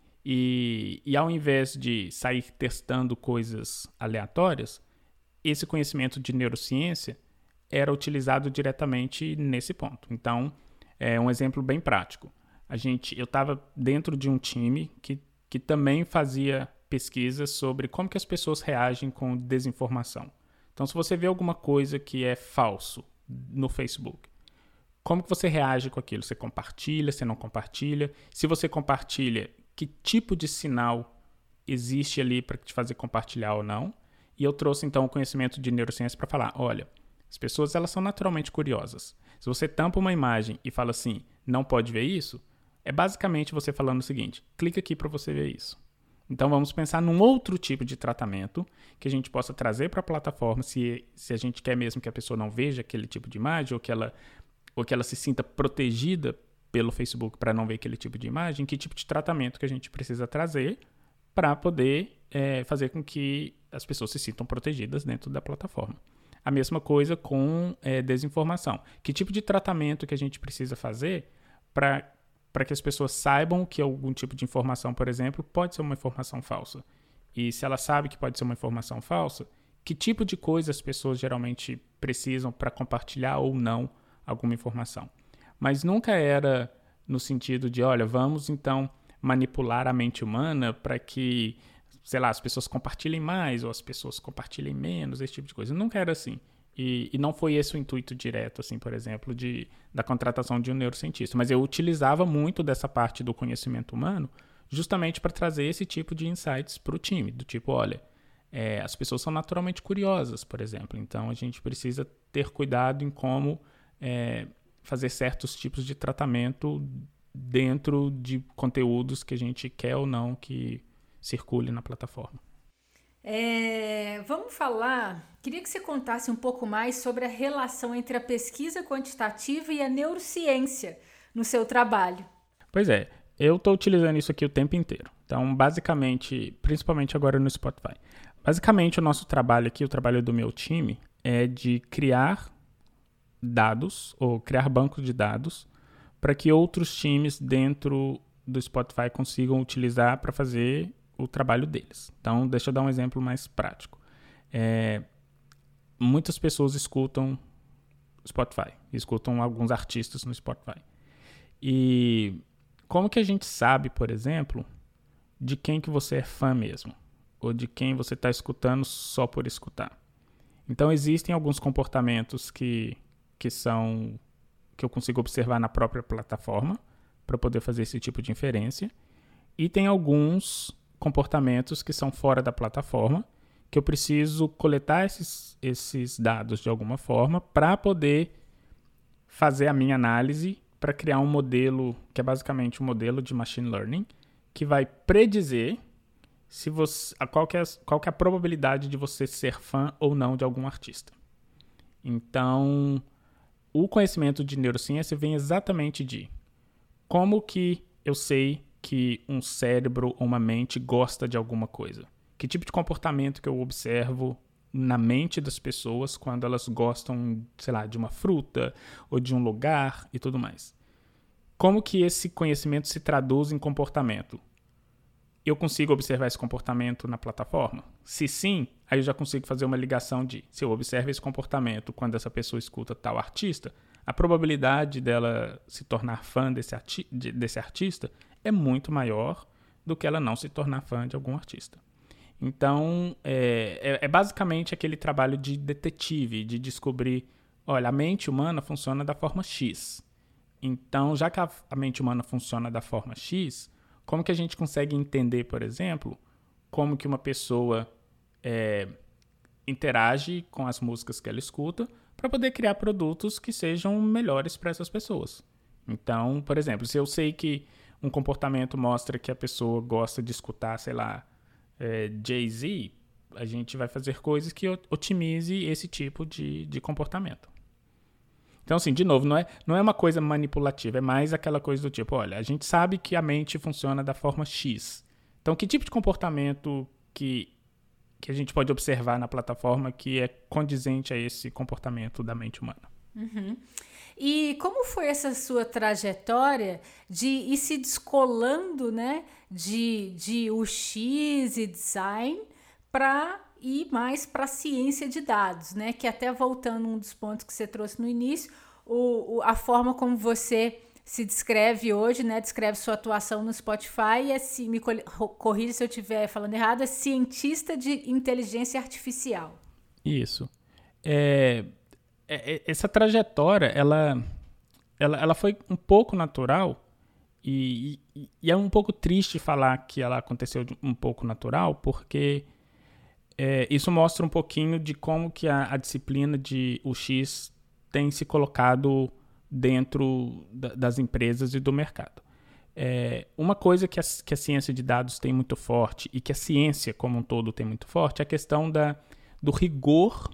E ao invés de sair testando coisas aleatórias, esse conhecimento de neurociência era utilizado diretamente nesse ponto. Então, um exemplo bem prático. Eu estava dentro de um time que também fazia pesquisas sobre como que as pessoas reagem com desinformação. Então, se você vê alguma coisa que é falso no Facebook, como que você reage com aquilo? Você compartilha, você não compartilha? Se você compartilha, que tipo de sinal existe ali para te fazer compartilhar ou não? E eu trouxe, então, o conhecimento de neurociência para falar, olha, as pessoas elas são naturalmente curiosas. Se você tampa uma imagem e fala assim, não pode ver isso, é basicamente você falando o seguinte, clica aqui para você ver isso. Então, vamos pensar num outro tipo de tratamento que a gente possa trazer para a plataforma, se a gente quer mesmo que a pessoa não veja aquele tipo de imagem ou que ela se sinta protegida pelo Facebook para não ver aquele tipo de imagem, que tipo de tratamento que a gente precisa trazer para poder fazer com que as pessoas se sintam protegidas dentro da plataforma. A mesma coisa com desinformação. Que tipo de tratamento que a gente precisa fazer para que as pessoas saibam que algum tipo de informação, por exemplo, pode ser uma informação falsa. E se ela sabe que pode ser uma informação falsa, que tipo de coisa as pessoas geralmente precisam para compartilhar ou não alguma informação. Mas nunca era no sentido de, olha, vamos então manipular a mente humana para que, sei lá, as pessoas compartilhem mais ou as pessoas compartilhem menos, esse tipo de coisa. Nunca era assim. E não foi esse o intuito direto, assim, por exemplo, da contratação de um neurocientista. Mas eu utilizava muito dessa parte do conhecimento humano justamente para trazer esse tipo de insights para o time. Do tipo, olha, as pessoas são naturalmente curiosas, por exemplo. Então, a gente precisa ter cuidado em como fazer certos tipos de tratamento dentro de conteúdos que a gente quer ou não que circule na plataforma. Vamos falar, queria que você contasse um pouco mais sobre a relação entre a pesquisa quantitativa e a neurociência no seu trabalho. Pois é, eu estou utilizando isso aqui o tempo inteiro. Então, basicamente, principalmente agora no Spotify. Basicamente, o nosso trabalho aqui, o trabalho do meu time, é de criar dados, ou criar bancos de dados, para que outros times dentro do Spotify consigam utilizar para fazer o trabalho deles. Então, deixa eu dar um exemplo mais prático. Muitas pessoas escutam Spotify, escutam alguns artistas no Spotify. E como que a gente sabe, por exemplo, de quem que você é fã mesmo? Ou de quem você está escutando só por escutar? Então, existem alguns comportamentos que eu consigo observar na própria plataforma para poder fazer esse tipo de inferência. E tem alguns comportamentos que são fora da plataforma, que eu preciso coletar esses dados de alguma forma para poder fazer a minha análise para criar um modelo, que é basicamente um modelo de machine learning, que vai predizer qual que é a probabilidade de você ser fã ou não de algum artista. Então, o conhecimento de neurociência vem exatamente de como que eu sei que um cérebro ou uma mente gosta de alguma coisa. Que tipo de comportamento que eu observo na mente das pessoas quando elas gostam, sei lá, de uma fruta ou de um lugar e tudo mais. Como que esse conhecimento se traduz em comportamento? Eu consigo observar esse comportamento na plataforma? Se sim, aí eu já consigo fazer uma ligação de, se eu observo esse comportamento quando essa pessoa escuta tal artista, a probabilidade dela se tornar fã desse artista é muito maior do que ela não se tornar fã de algum artista. Então, é basicamente aquele trabalho de detetive, de descobrir, olha, a mente humana funciona da forma X. Então, já que a mente humana funciona da forma X, como que a gente consegue entender, por exemplo, como que uma pessoa interage com as músicas que ela escuta para poder criar produtos que sejam melhores para essas pessoas. Então, por exemplo, se eu sei que um comportamento mostra que a pessoa gosta de escutar, sei lá, Jay-Z, a gente vai fazer coisas que otimize esse tipo de comportamento. Então, assim, de novo, não é uma coisa manipulativa, é mais aquela coisa do tipo, olha, a gente sabe que a mente funciona da forma X. Então, que tipo de comportamento que a gente pode observar na plataforma que é condizente a esse comportamento da mente humana? Uhum. E como foi essa sua trajetória de ir se descolando, né, de UX e design para ir mais para a ciência de dados, né? Que até voltando um dos pontos que você trouxe no início, a forma como você se descreve hoje, né? Descreve sua atuação no Spotify, me corrija se eu estiver falando errado, é cientista de inteligência artificial. Isso. Essa trajetória, ela foi um pouco natural e é um pouco triste falar que ela aconteceu um pouco natural, porque isso mostra um pouquinho de como que a disciplina de UX tem se colocado dentro das empresas e do mercado. Uma coisa que a ciência de dados tem muito forte e que a ciência como um todo tem muito forte é a questão do rigor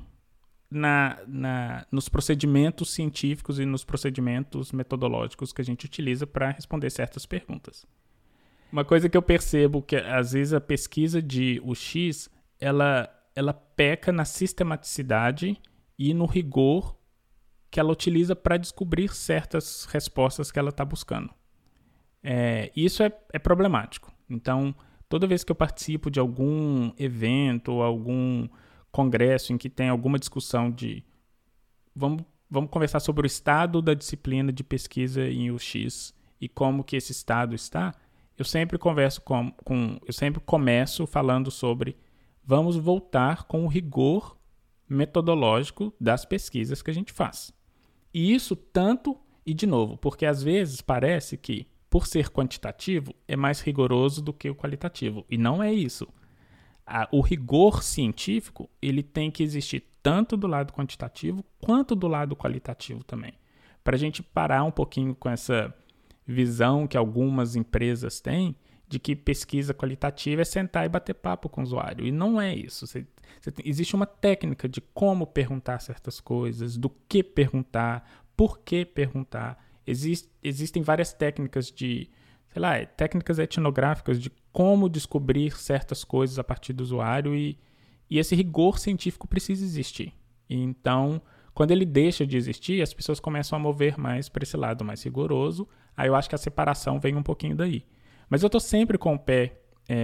nos procedimentos científicos e nos procedimentos metodológicos que a gente utiliza para responder certas perguntas. Uma coisa que eu percebo que às vezes a pesquisa de UX ela peca na sistematicidade e no rigor que ela utiliza para descobrir certas respostas que ela está buscando. Isso é problemático. Então, toda vez que eu participo de algum evento ou algum congresso em que tem alguma discussão de vamos conversar sobre o estado da disciplina de pesquisa em UX e como que esse estado está, eu sempre eu sempre começo falando sobre vamos voltar com o rigor metodológico das pesquisas que a gente faz. E isso de novo, porque às vezes parece que, por ser quantitativo, é mais rigoroso do que o qualitativo. E não é isso. O rigor científico, ele tem que existir tanto do lado quantitativo quanto do lado qualitativo também. Para a gente parar um pouquinho com essa visão que algumas empresas têm de que pesquisa qualitativa é sentar e bater papo com o usuário. E não é isso. Existe uma técnica de como perguntar certas coisas, do que perguntar, por que perguntar. Existem várias técnicas técnicas etnográficas de como descobrir certas coisas a partir do usuário e esse rigor científico precisa existir. E então, quando ele deixa de existir, as pessoas começam a mover mais para esse lado mais rigoroso. Aí eu acho que a separação vem um pouquinho daí. Mas eu estou sempre com o pé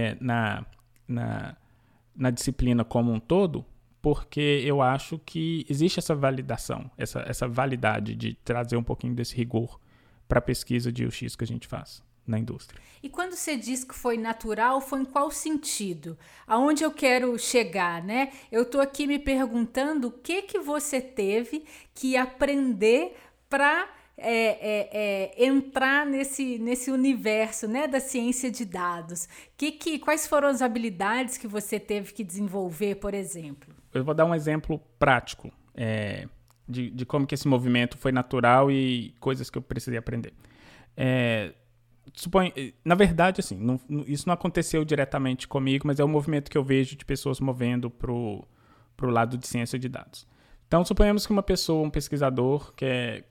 na disciplina como um todo, porque eu acho que existe essa validação, essa validade de trazer um pouquinho desse rigor para a pesquisa de UX que a gente faz na indústria. E quando você diz que foi natural, foi em qual sentido? Aonde eu quero chegar, né? Eu estou aqui me perguntando o que você teve que aprender para entrar nesse universo, né, da ciência de dados? Quais foram as habilidades que você teve que desenvolver, por exemplo? Eu vou dar um exemplo prático de como que esse movimento foi natural e coisas que eu precisei aprender. Na verdade, assim, isso não aconteceu diretamente comigo, mas é um movimento que eu vejo de pessoas movendo pro lado de ciência de dados. Então, suponhamos que uma pessoa, um pesquisador, quer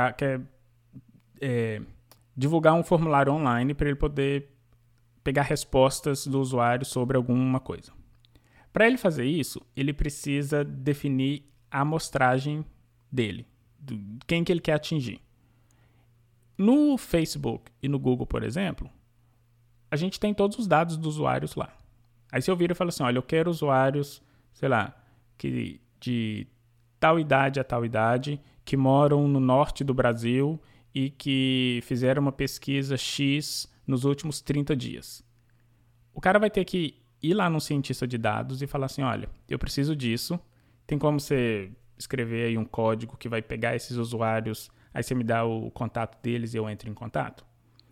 divulgar um formulário online para ele poder pegar respostas do usuário sobre alguma coisa. Para ele fazer isso, ele precisa definir a amostragem dele, quem que ele quer atingir. No Facebook e no Google, por exemplo, a gente tem todos os dados dos usuários lá. Aí você vira e fala assim, olha, eu quero usuários, sei lá, que de tal idade a tal idade, que moram no norte do Brasil e que fizeram uma pesquisa X nos últimos 30 dias. O cara vai ter que ir lá num cientista de dados e falar assim, olha, eu preciso disso, tem como você escrever aí um código que vai pegar esses usuários, aí você me dá o contato deles e eu entro em contato?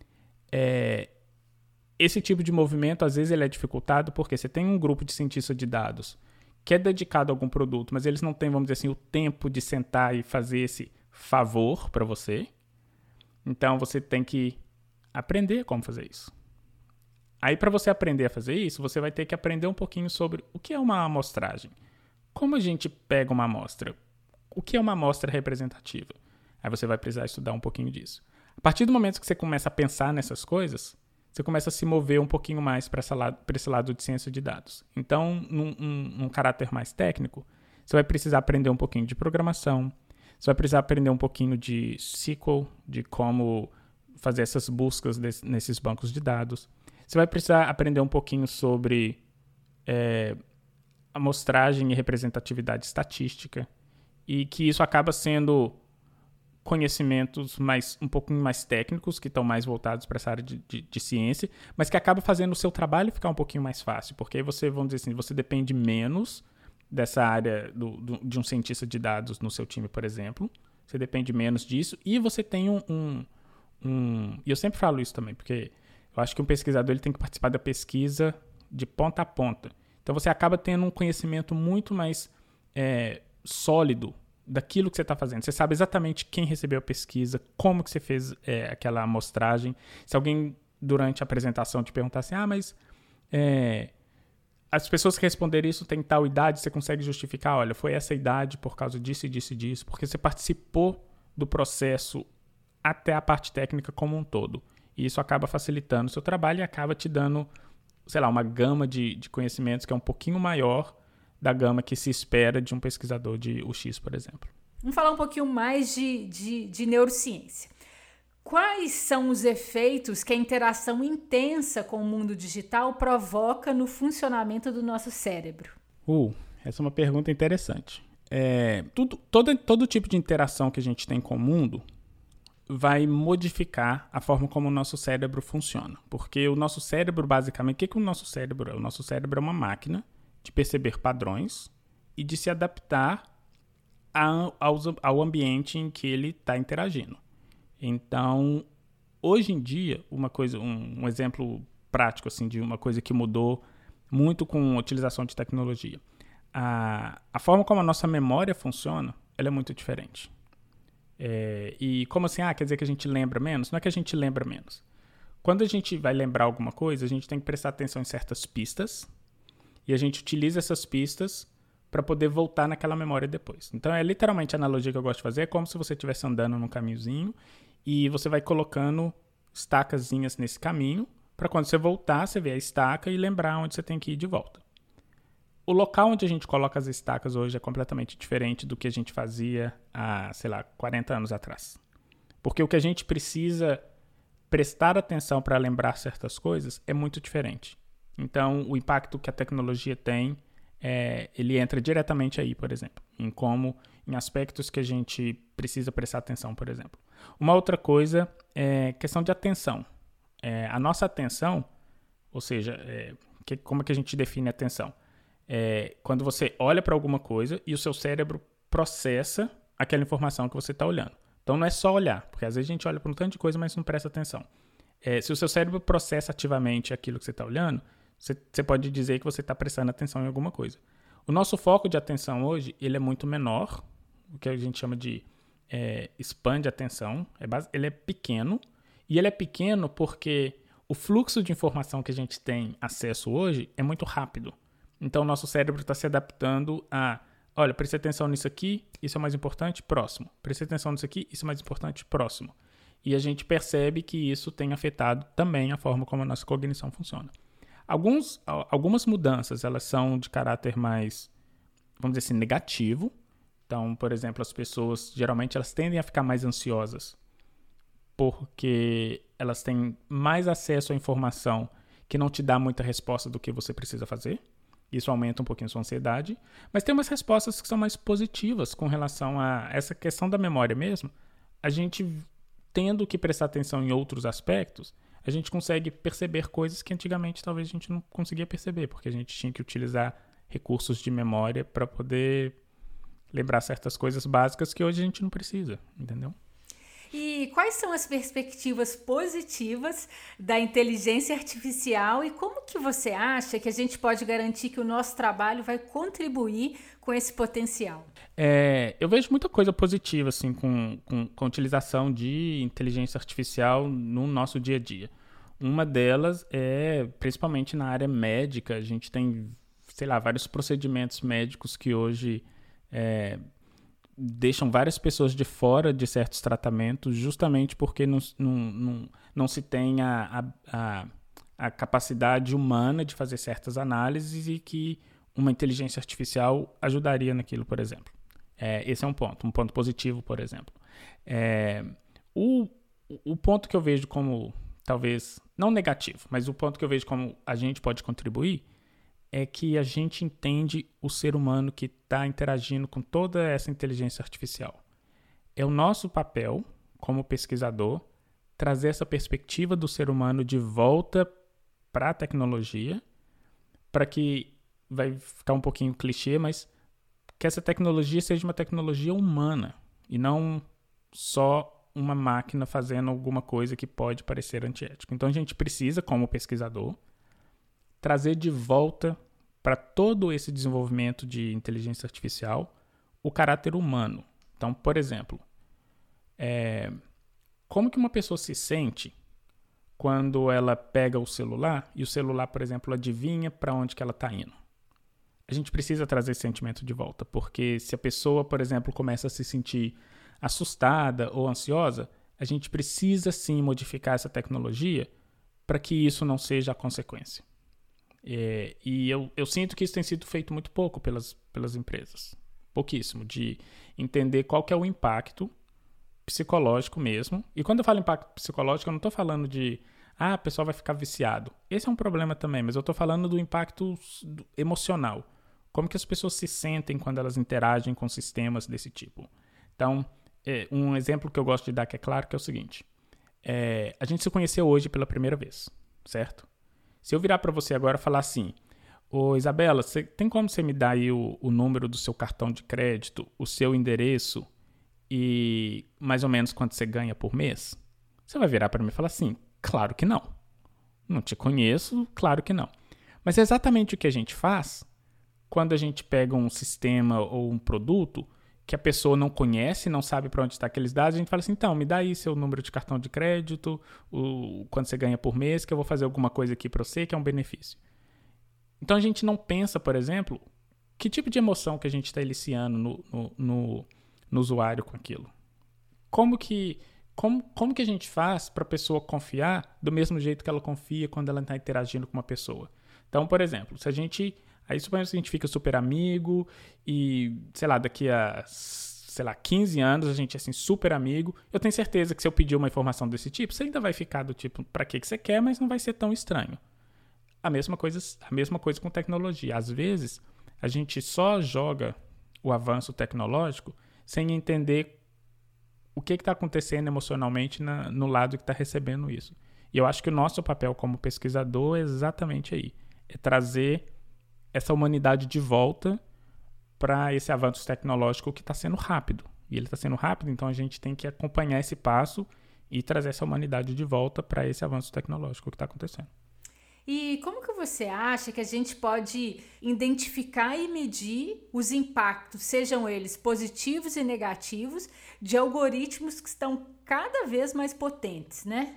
Esse tipo de movimento, às vezes, ele é dificultado porque você tem um grupo de cientistas de dados que é dedicado a algum produto, mas eles não têm, vamos dizer assim, o tempo de sentar e fazer esse favor para você. Então, você tem que aprender como fazer isso. Aí, para você aprender a fazer isso, você vai ter que aprender um pouquinho sobre o que é uma amostragem. Como a gente pega uma amostra? O que é uma amostra representativa? Aí você vai precisar estudar um pouquinho disso. A partir do momento que você começa a pensar nessas coisas, você começa a se mover um pouquinho mais para esse lado de ciência de dados. Então, num caráter mais técnico, você vai precisar aprender um pouquinho de programação, você vai precisar aprender um pouquinho de SQL, de como fazer essas buscas nesses bancos de dados. Você vai precisar aprender um pouquinho sobre amostragem e representatividade estatística, e que isso acaba sendo conhecimentos um pouquinho mais técnicos, que estão mais voltados para essa área de ciência, mas que acaba fazendo o seu trabalho ficar um pouquinho mais fácil, porque aí você, vamos dizer assim, você depende menos dessa área de um cientista de dados no seu time, por exemplo. Você depende menos disso, e você tem e eu sempre falo isso também, porque eu acho que um pesquisador ele tem que participar da pesquisa de ponta a ponta. Então você acaba tendo um conhecimento muito mais sólido daquilo que você está fazendo. Você sabe exatamente quem recebeu a pesquisa, como que você fez aquela amostragem. Se alguém, durante a apresentação, te perguntar assim, mas as pessoas que responderam isso têm tal idade, você consegue justificar, olha, foi essa idade por causa disso e disso e disso, porque você participou do processo até a parte técnica como um todo. E isso acaba facilitando o seu trabalho e acaba te dando, sei lá, uma gama de conhecimentos que é um pouquinho maior da gama que se espera de um pesquisador de UX, por exemplo. Vamos falar um pouquinho mais de neurociência. Quais são os efeitos que a interação intensa com o mundo digital provoca no funcionamento do nosso cérebro? Essa é uma pergunta interessante. Todo tipo de interação que a gente tem com o mundo vai modificar a forma como o nosso cérebro funciona. Porque o nosso cérebro, basicamente, o que o nosso cérebro é? O nosso cérebro é uma máquina de perceber padrões e de se adaptar ao ambiente em que ele está interagindo. Então, hoje em dia, um exemplo prático assim, de uma coisa que mudou muito com a utilização de tecnologia. A forma como a nossa memória funciona, ela é muito diferente. E como assim? Quer dizer que a gente lembra menos? Não é que a gente lembra menos. Quando a gente vai lembrar alguma coisa, a gente tem que prestar atenção em certas pistas, e a gente utiliza essas pistas para poder voltar naquela memória depois. Então, literalmente a analogia que eu gosto de fazer é como se você estivesse andando num caminhozinho e você vai colocando estacazinhas nesse caminho para quando você voltar, você ver a estaca e lembrar onde você tem que ir de volta. O local onde a gente coloca as estacas hoje é completamente diferente do que a gente fazia há, 40 anos atrás. Porque o que a gente precisa prestar atenção para lembrar certas coisas é muito diferente. Então, o impacto que a tecnologia tem, ele entra diretamente aí, por exemplo, em aspectos que a gente precisa prestar atenção, por exemplo. Uma outra coisa é questão de atenção. A nossa atenção, ou seja, como é que a gente define atenção? Quando você olha para alguma coisa e o seu cérebro processa aquela informação que você está olhando. Então não é só olhar, porque às vezes a gente olha para um tanto de coisa, mas não presta atenção. Se o seu cérebro processa ativamente aquilo que você está olhando, você pode dizer que você está prestando atenção em alguma coisa. O nosso foco de atenção hoje, ele é muito menor, o que a gente chama de span de atenção. Ele é pequeno, e ele é pequeno porque o fluxo de informação que a gente tem acesso hoje é muito rápido. Então, o nosso cérebro está se adaptando a, olha, preste atenção nisso aqui, isso é mais importante, próximo. Preste atenção nisso aqui, isso é mais importante, próximo. E a gente percebe que isso tem afetado também a forma como a nossa cognição funciona. Algumas mudanças, elas são de caráter mais, vamos dizer assim, negativo. Então, por exemplo, as pessoas, geralmente, elas tendem a ficar mais ansiosas porque elas têm mais acesso à informação que não te dá muita resposta do que você precisa fazer. Isso aumenta um pouquinho a sua ansiedade. Mas tem umas respostas que são mais positivas com relação a essa questão da memória mesmo. A gente, tendo que prestar atenção em outros aspectos, a gente consegue perceber coisas que antigamente talvez a gente não conseguia perceber, porque a gente tinha que utilizar recursos de memória para poder lembrar certas coisas básicas que hoje a gente não precisa, entendeu? E quais são as perspectivas positivas da inteligência artificial e como que você acha que a gente pode garantir que o nosso trabalho vai contribuir com esse potencial? Eu vejo muita coisa positiva assim, com a utilização de inteligência artificial no nosso dia a dia. Uma delas é, principalmente na área médica, a gente tem, vários procedimentos médicos que hoje deixam várias pessoas de fora de certos tratamentos justamente porque não se tem a capacidade humana de fazer certas análises e que uma inteligência artificial ajudaria naquilo, por exemplo. Esse é um ponto positivo, por exemplo. O ponto que eu vejo como, talvez, não negativo, mas o ponto que eu vejo como a gente pode contribuir é que a gente entende o ser humano que está interagindo com toda essa inteligência artificial. É o nosso papel, como pesquisador, trazer essa perspectiva do ser humano de volta para a tecnologia, para que, vai ficar um pouquinho clichê, mas que essa tecnologia seja uma tecnologia humana e não só uma máquina fazendo alguma coisa que pode parecer antiético. Então a gente precisa, como pesquisador, trazer de volta para todo esse desenvolvimento de inteligência artificial o caráter humano. Então, por exemplo, como que uma pessoa se sente quando ela pega o celular e o celular, por exemplo, adivinha para onde que ela está indo? A gente precisa trazer esse sentimento de volta, porque se a pessoa, por exemplo, começa a se sentir assustada ou ansiosa, a gente precisa sim modificar essa tecnologia para que isso não seja a consequência. E eu sinto que isso tem sido feito muito pouco pelas empresas. Pouquíssimo, de entender qual que é o impacto psicológico mesmo. E quando eu falo impacto psicológico, eu não estou falando de a pessoa vai ficar viciado. Esse é um problema também, mas eu estou falando do impacto emocional. Como que as pessoas se sentem quando elas interagem com sistemas desse tipo. Então, um exemplo que eu gosto de dar que é claro que é o seguinte. A gente se conheceu hoje pela primeira vez, certo? Se eu virar para você agora e falar assim, ô Isabela, tem como você me dar aí o número do seu cartão de crédito, o seu endereço e mais ou menos quanto você ganha por mês? Você vai virar para mim e falar assim, claro que não. Não te conheço, claro que não. Mas é exatamente o que a gente faz quando a gente pega um sistema ou um produto que a pessoa não conhece, não sabe para onde está aqueles dados, a gente fala assim, então, me dá aí seu número de cartão de crédito, quanto você ganha por mês, que eu vou fazer alguma coisa aqui para você, que é um benefício. Então, a gente não pensa, por exemplo, que tipo de emoção que a gente está eliciando no usuário com aquilo. Como que a gente faz para a pessoa confiar do mesmo jeito que ela confia quando ela está interagindo com uma pessoa? Então, por exemplo, se a gente... Aí suponhamos que a gente fica super amigo e, daqui a, 15 anos a gente é assim, super amigo. Eu tenho certeza que se eu pedir uma informação desse tipo, você ainda vai ficar do tipo, pra que você quer, mas não vai ser tão estranho. A mesma coisa com tecnologia. Às vezes, a gente só joga o avanço tecnológico sem entender o que está acontecendo emocionalmente no lado que está recebendo isso. E eu acho que o nosso papel como pesquisador é exatamente aí. É trazer essa humanidade de volta para esse avanço tecnológico que está sendo rápido. E ele está sendo rápido, então a gente tem que acompanhar esse passo e trazer essa humanidade de volta para esse avanço tecnológico que está acontecendo. E como que você acha que a gente pode identificar e medir os impactos, sejam eles positivos e negativos, de algoritmos que estão cada vez mais potentes, né?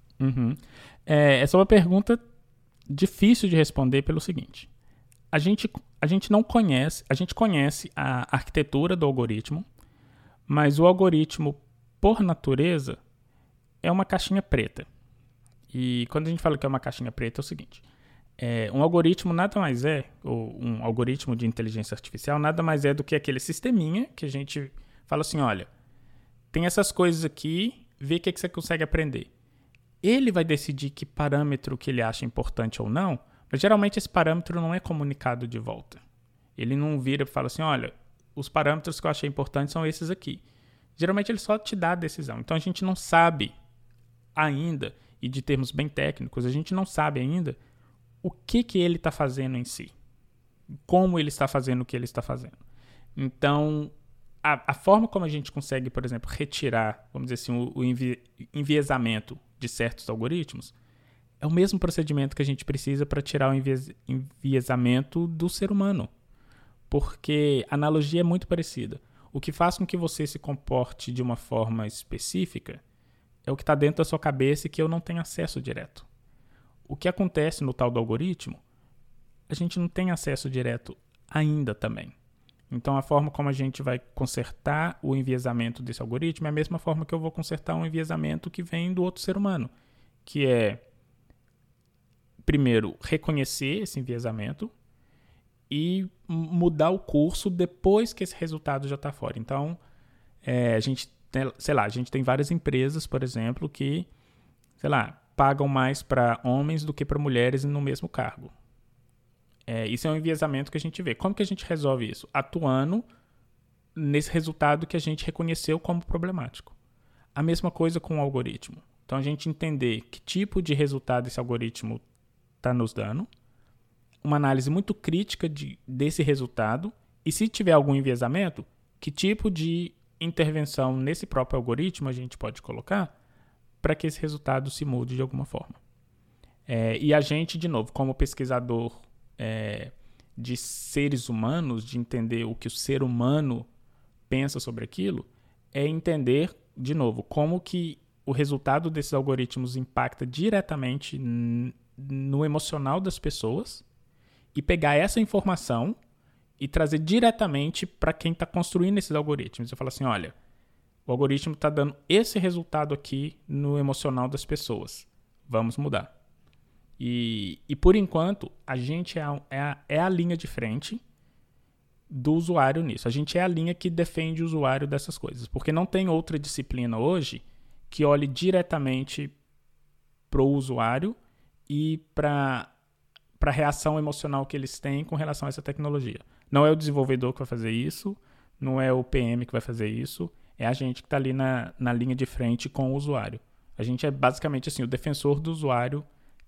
Essa é uma pergunta difícil de responder pelo seguinte. A gente não conhece, a gente conhece a arquitetura do algoritmo, mas o algoritmo, por natureza, é uma caixinha preta. E quando a gente fala que é uma caixinha preta, é o seguinte. Um algoritmo nada mais ou um algoritmo de inteligência artificial nada mais é do que aquele sisteminha que a gente fala assim, olha, tem essas coisas aqui, vê o que você consegue aprender. Ele vai decidir que parâmetro que ele acha importante ou não, mas geralmente esse parâmetro não é comunicado de volta. Ele não vira e fala assim, olha, os parâmetros que eu achei importantes são esses aqui. Geralmente ele só te dá a decisão. Então a gente não sabe ainda, e de termos bem técnicos, a gente não sabe ainda o que ele está fazendo em si. Como ele está fazendo o que ele está fazendo. Então, a forma como a gente consegue, por exemplo, retirar, vamos dizer assim, o enviesamento de certos algoritmos, é o mesmo procedimento que a gente precisa para tirar o enviesamento do ser humano. Porque a analogia é muito parecida. O que faz com que você se comporte de uma forma específica é o que está dentro da sua cabeça e que eu não tenho acesso direto. O que acontece no tal do algoritmo, a gente não tem acesso direto ainda também. Então, a forma como a gente vai consertar o enviesamento desse algoritmo é a mesma forma que eu vou consertar um enviesamento que vem do outro ser humano, que é, primeiro, reconhecer esse enviesamento e mudar o curso depois que esse resultado já está fora. Então, a gente tem várias empresas, por exemplo, que, pagam mais para homens do que para mulheres no mesmo cargo. Isso é um enviesamento que a gente vê. Como que a gente resolve isso? Atuando nesse resultado que a gente reconheceu como problemático. A mesma coisa com o algoritmo. Então, a gente entender que tipo de resultado esse algoritmo está nos dando, uma análise muito crítica desse resultado, e se tiver algum enviesamento, que tipo de intervenção nesse próprio algoritmo a gente pode colocar para que esse resultado se mude de alguma forma. E a gente, de novo, como pesquisador de seres humanos, de entender o que o ser humano pensa sobre aquilo, é entender, de novo, como que o resultado desses algoritmos impacta diretamente no emocional das pessoas e pegar essa informação e trazer diretamente para quem está construindo esses algoritmos. Eu falo assim, olha, o algoritmo está dando esse resultado aqui no emocional das pessoas. Vamos mudar. E por enquanto, a gente é a linha de frente do usuário nisso. A gente é a linha que defende o usuário dessas coisas. Porque não tem outra disciplina hoje que olhe diretamente para o usuário e para a reação emocional que eles têm com relação a essa tecnologia. Não é o desenvolvedor que vai fazer isso, não é o PM que vai fazer isso, é a gente que está ali na linha de frente com o usuário. A gente é basicamente assim, o defensor do usuário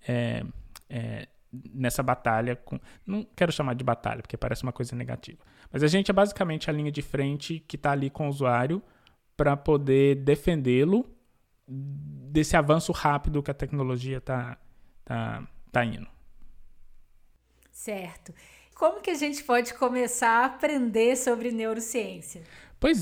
nessa batalha. Não quero chamar de batalha, porque parece uma coisa negativa. Mas a gente é basicamente a linha de frente que está ali com o usuário para poder defendê-lo desse avanço rápido que a tecnologia tá indo. Certo. Como que a gente pode começar a aprender sobre neurociência? Pois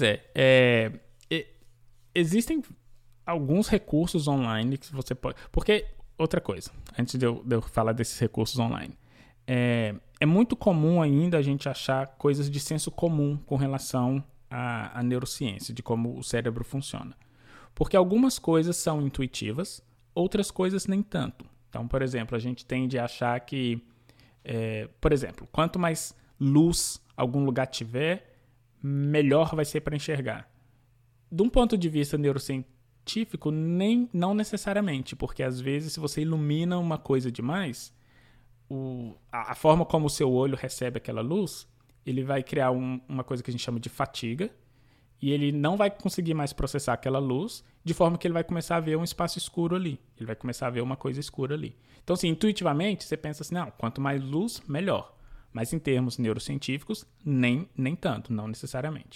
existem alguns recursos online que você pode... Porque, outra coisa, antes de eu falar desses recursos online, é muito comum ainda a gente achar coisas de senso comum com relação à neurociência, de como o cérebro funciona. Porque algumas coisas são intuitivas, outras coisas nem tanto. Então, por exemplo, a gente tende a achar que, por exemplo, quanto mais luz algum lugar tiver, melhor vai ser para enxergar. De um ponto de vista neurocientífico, não necessariamente, porque às vezes se você ilumina uma coisa demais, a forma como o seu olho recebe aquela luz, ele vai criar uma coisa que a gente chama de fatiga, e ele não vai conseguir mais processar aquela luz, de forma que ele vai começar a ver um espaço escuro ali. Ele vai começar a ver uma coisa escura ali. Então, assim, intuitivamente, você pensa assim, não, quanto mais luz, melhor. Mas em termos neurocientíficos, nem tanto, não necessariamente.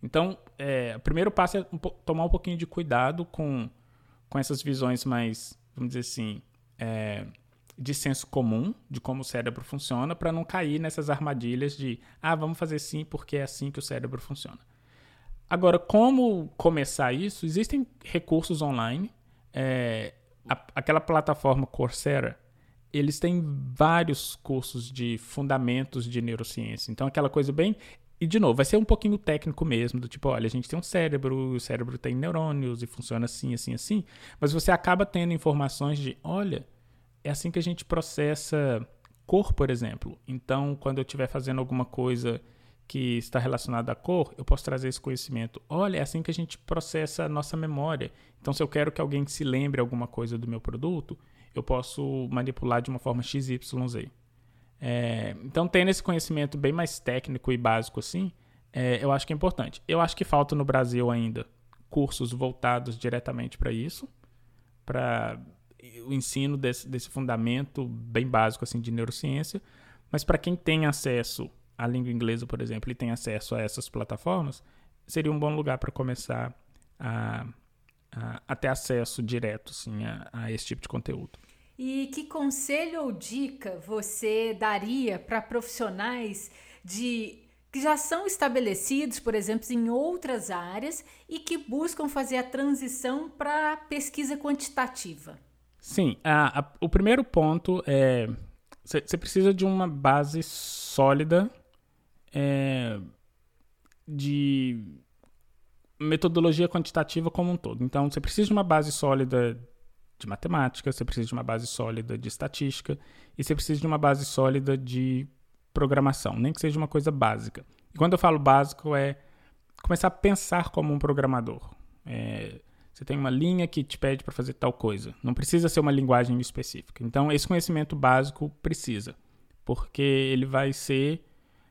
Então, o primeiro passo é tomar um pouquinho de cuidado com essas visões mais, vamos dizer assim, de senso comum, de como o cérebro funciona, para não cair nessas armadilhas de, vamos fazer sim porque é assim que o cérebro funciona. Agora, como começar isso? Existem recursos online. Aquela plataforma Coursera, eles têm vários cursos de fundamentos de neurociência. Então, aquela coisa bem... E, de novo, vai ser um pouquinho técnico mesmo, do tipo, olha, a gente tem um cérebro, o cérebro tem neurônios e funciona assim, assim, assim. Mas você acaba tendo informações de, olha, é assim que a gente processa cor, por exemplo. Então, quando eu estiver fazendo alguma coisa que está relacionada à cor, eu posso trazer esse conhecimento. Olha, é assim que a gente processa a nossa memória. Então, se eu quero que alguém se lembre alguma coisa do meu produto, eu posso manipular de uma forma XYZ. Então, tendo esse conhecimento bem mais técnico e básico assim, eu acho que é importante. Eu acho que falta no Brasil ainda cursos voltados diretamente para isso, para o ensino desse fundamento bem básico assim, de neurociência, mas para quem tem acesso à língua inglesa, por exemplo, e tem acesso a essas plataformas, seria um bom lugar para começar a ter acesso direto assim, a esse tipo de conteúdo. E que conselho ou dica você daria para profissionais que já são estabelecidos, por exemplo, em outras áreas e que buscam fazer a transição para pesquisa quantitativa? Sim, o primeiro ponto é você precisa de uma base sólida de metodologia quantitativa como um todo. Então, você precisa de uma base sólida de matemática, você precisa de uma base sólida de estatística e você precisa de uma base sólida de programação, nem que seja uma coisa básica. E quando eu falo básico, é começar a pensar como um programador. Você tem uma linha que te pede para fazer tal coisa. Não precisa ser uma linguagem específica. Então, esse conhecimento básico precisa, porque ele vai ser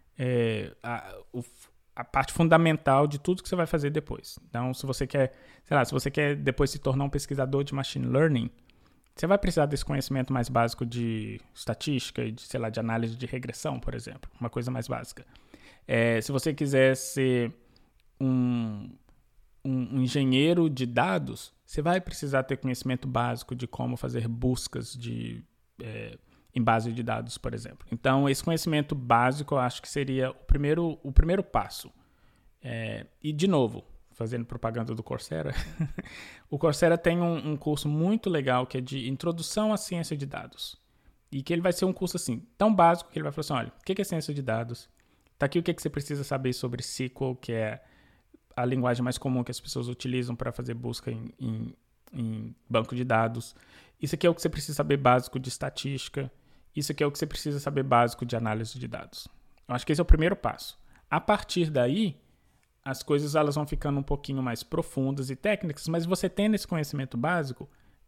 a parte fundamental de tudo que você vai fazer depois. Então, se você quer depois se tornar um pesquisador de machine learning, você vai precisar desse conhecimento mais básico de estatística e de análise de regressão, por exemplo. Uma coisa mais básica. Se você quiser ser um engenheiro de dados, você vai precisar ter conhecimento básico de como fazer buscas em base de dados, por exemplo. Então, esse conhecimento básico eu acho que seria o primeiro passo. E, de novo, fazendo propaganda do Coursera, o Coursera tem um curso muito legal que é de Introdução à Ciência de Dados. E que ele vai ser um curso assim, tão básico que ele vai falar assim, olha, o que é ciência de dados? Tá aqui o que você precisa saber sobre SQL, que é a linguagem mais comum que as pessoas utilizam para fazer busca em banco de dados. Isso aqui é o que você precisa saber básico de estatística. Isso aqui é o que você precisa saber básico de análise de dados. Eu acho que esse é o primeiro passo. A partir daí, as coisas elas vão ficando um pouquinho mais profundas e técnicas, mas você tendo esse conhecimento básico,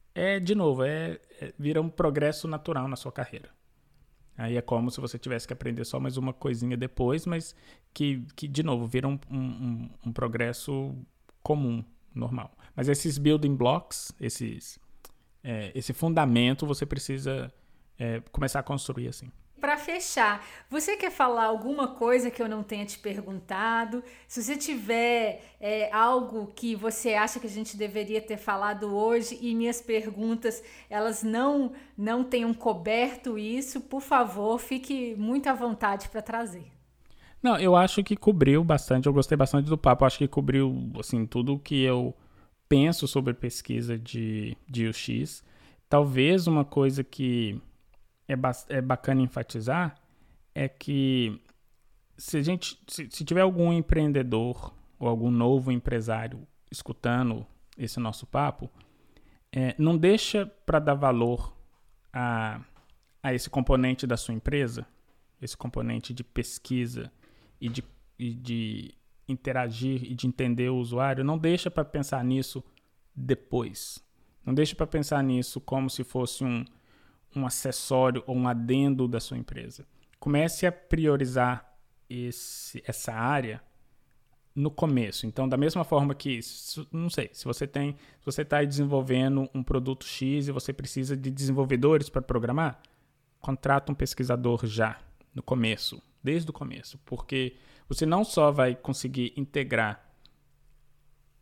vira um progresso natural na sua carreira. Aí é como se você tivesse que aprender só mais uma coisinha depois, mas que de novo, vira um progresso comum, normal. Mas esses building blocks, esse fundamento, você precisa começar a construir assim. Para fechar, você quer falar alguma coisa que eu não tenha te perguntado? Se você tiver algo que você acha que a gente deveria ter falado hoje e minhas perguntas elas não tenham coberto isso, por favor, fique muito à vontade para trazer. Não, eu acho que cobriu bastante, eu gostei bastante do papo, eu acho que cobriu assim, tudo o que eu penso sobre pesquisa de UX. Talvez uma coisa que é bacana enfatizar é que se tiver algum empreendedor ou algum novo empresário escutando esse nosso papo, não deixa para dar valor a esse componente da sua empresa, esse componente de pesquisa e de interagir e de entender o usuário, não deixa para pensar nisso depois. Não deixa para pensar nisso como se fosse um acessório ou um adendo da sua empresa. Comece a priorizar essa área no começo. Então, da mesma forma que, não sei, se você está desenvolvendo um produto X e você precisa de desenvolvedores para programar, contrata um pesquisador já, no começo, desde o começo, porque você não só vai conseguir integrar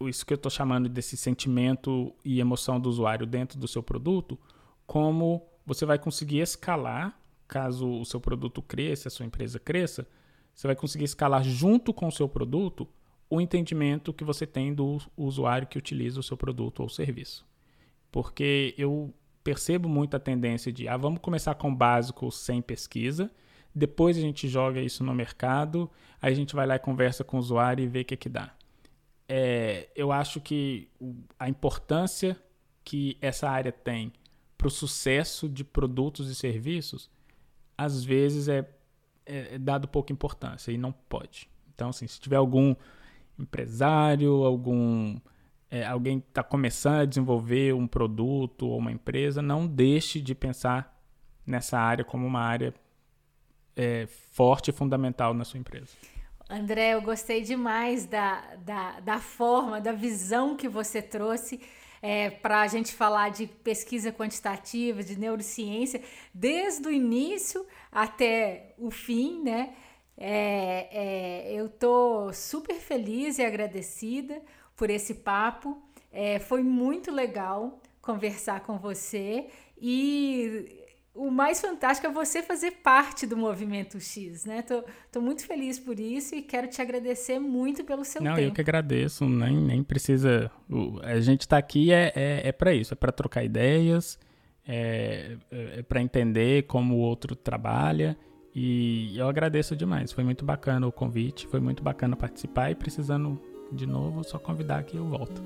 isso que eu estou chamando desse sentimento e emoção do usuário dentro do seu produto, como você vai conseguir escalar, caso o seu produto cresça, a sua empresa cresça, você vai conseguir escalar junto com o seu produto o entendimento que você tem do usuário que utiliza o seu produto ou serviço. Porque eu percebo muito a tendência de, vamos começar com o básico sem pesquisa, depois a gente joga isso no mercado, aí a gente vai lá e conversa com o usuário e vê o que dá. Eu acho que a importância que essa área tem para o sucesso de produtos e serviços, às vezes é dado pouca importância e não pode. Então, assim, se tiver algum empresário, alguém que está começando a desenvolver um produto ou uma empresa, não deixe de pensar nessa área como uma área forte e fundamental na sua empresa. André, eu gostei demais da forma, da visão que você trouxe para a gente falar de pesquisa quantitativa, de neurociência, desde o início até o fim, né? Eu estou super feliz e agradecida por esse papo. Foi muito legal conversar com você e o mais fantástico é você fazer parte do Movimento X, né? Tô muito feliz por isso e quero te agradecer muito pelo seu tempo. Eu que agradeço, nem precisa... A gente está aqui para isso, é para trocar ideias, para entender como o outro trabalha, e eu agradeço demais. Foi muito bacana o convite, foi muito bacana participar, e precisando de novo, só convidar que eu volto.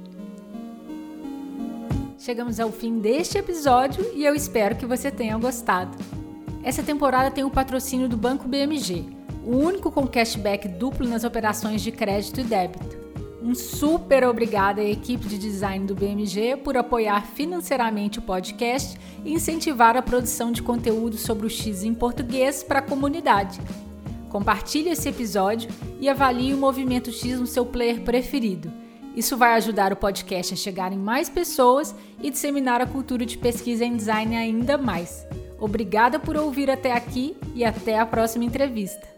Chegamos ao fim deste episódio e eu espero que você tenha gostado. Essa temporada tem o patrocínio do Banco BMG, o único com cashback duplo nas operações de crédito e débito. Um super obrigada à equipe de design do BMG por apoiar financeiramente o podcast e incentivar a produção de conteúdo sobre o X em português para a comunidade. Compartilhe esse episódio e avalie o Movimento X no seu player preferido. Isso vai ajudar o podcast a chegar em mais pessoas e disseminar a cultura de pesquisa em design ainda mais. Obrigada por ouvir até aqui e até a próxima entrevista.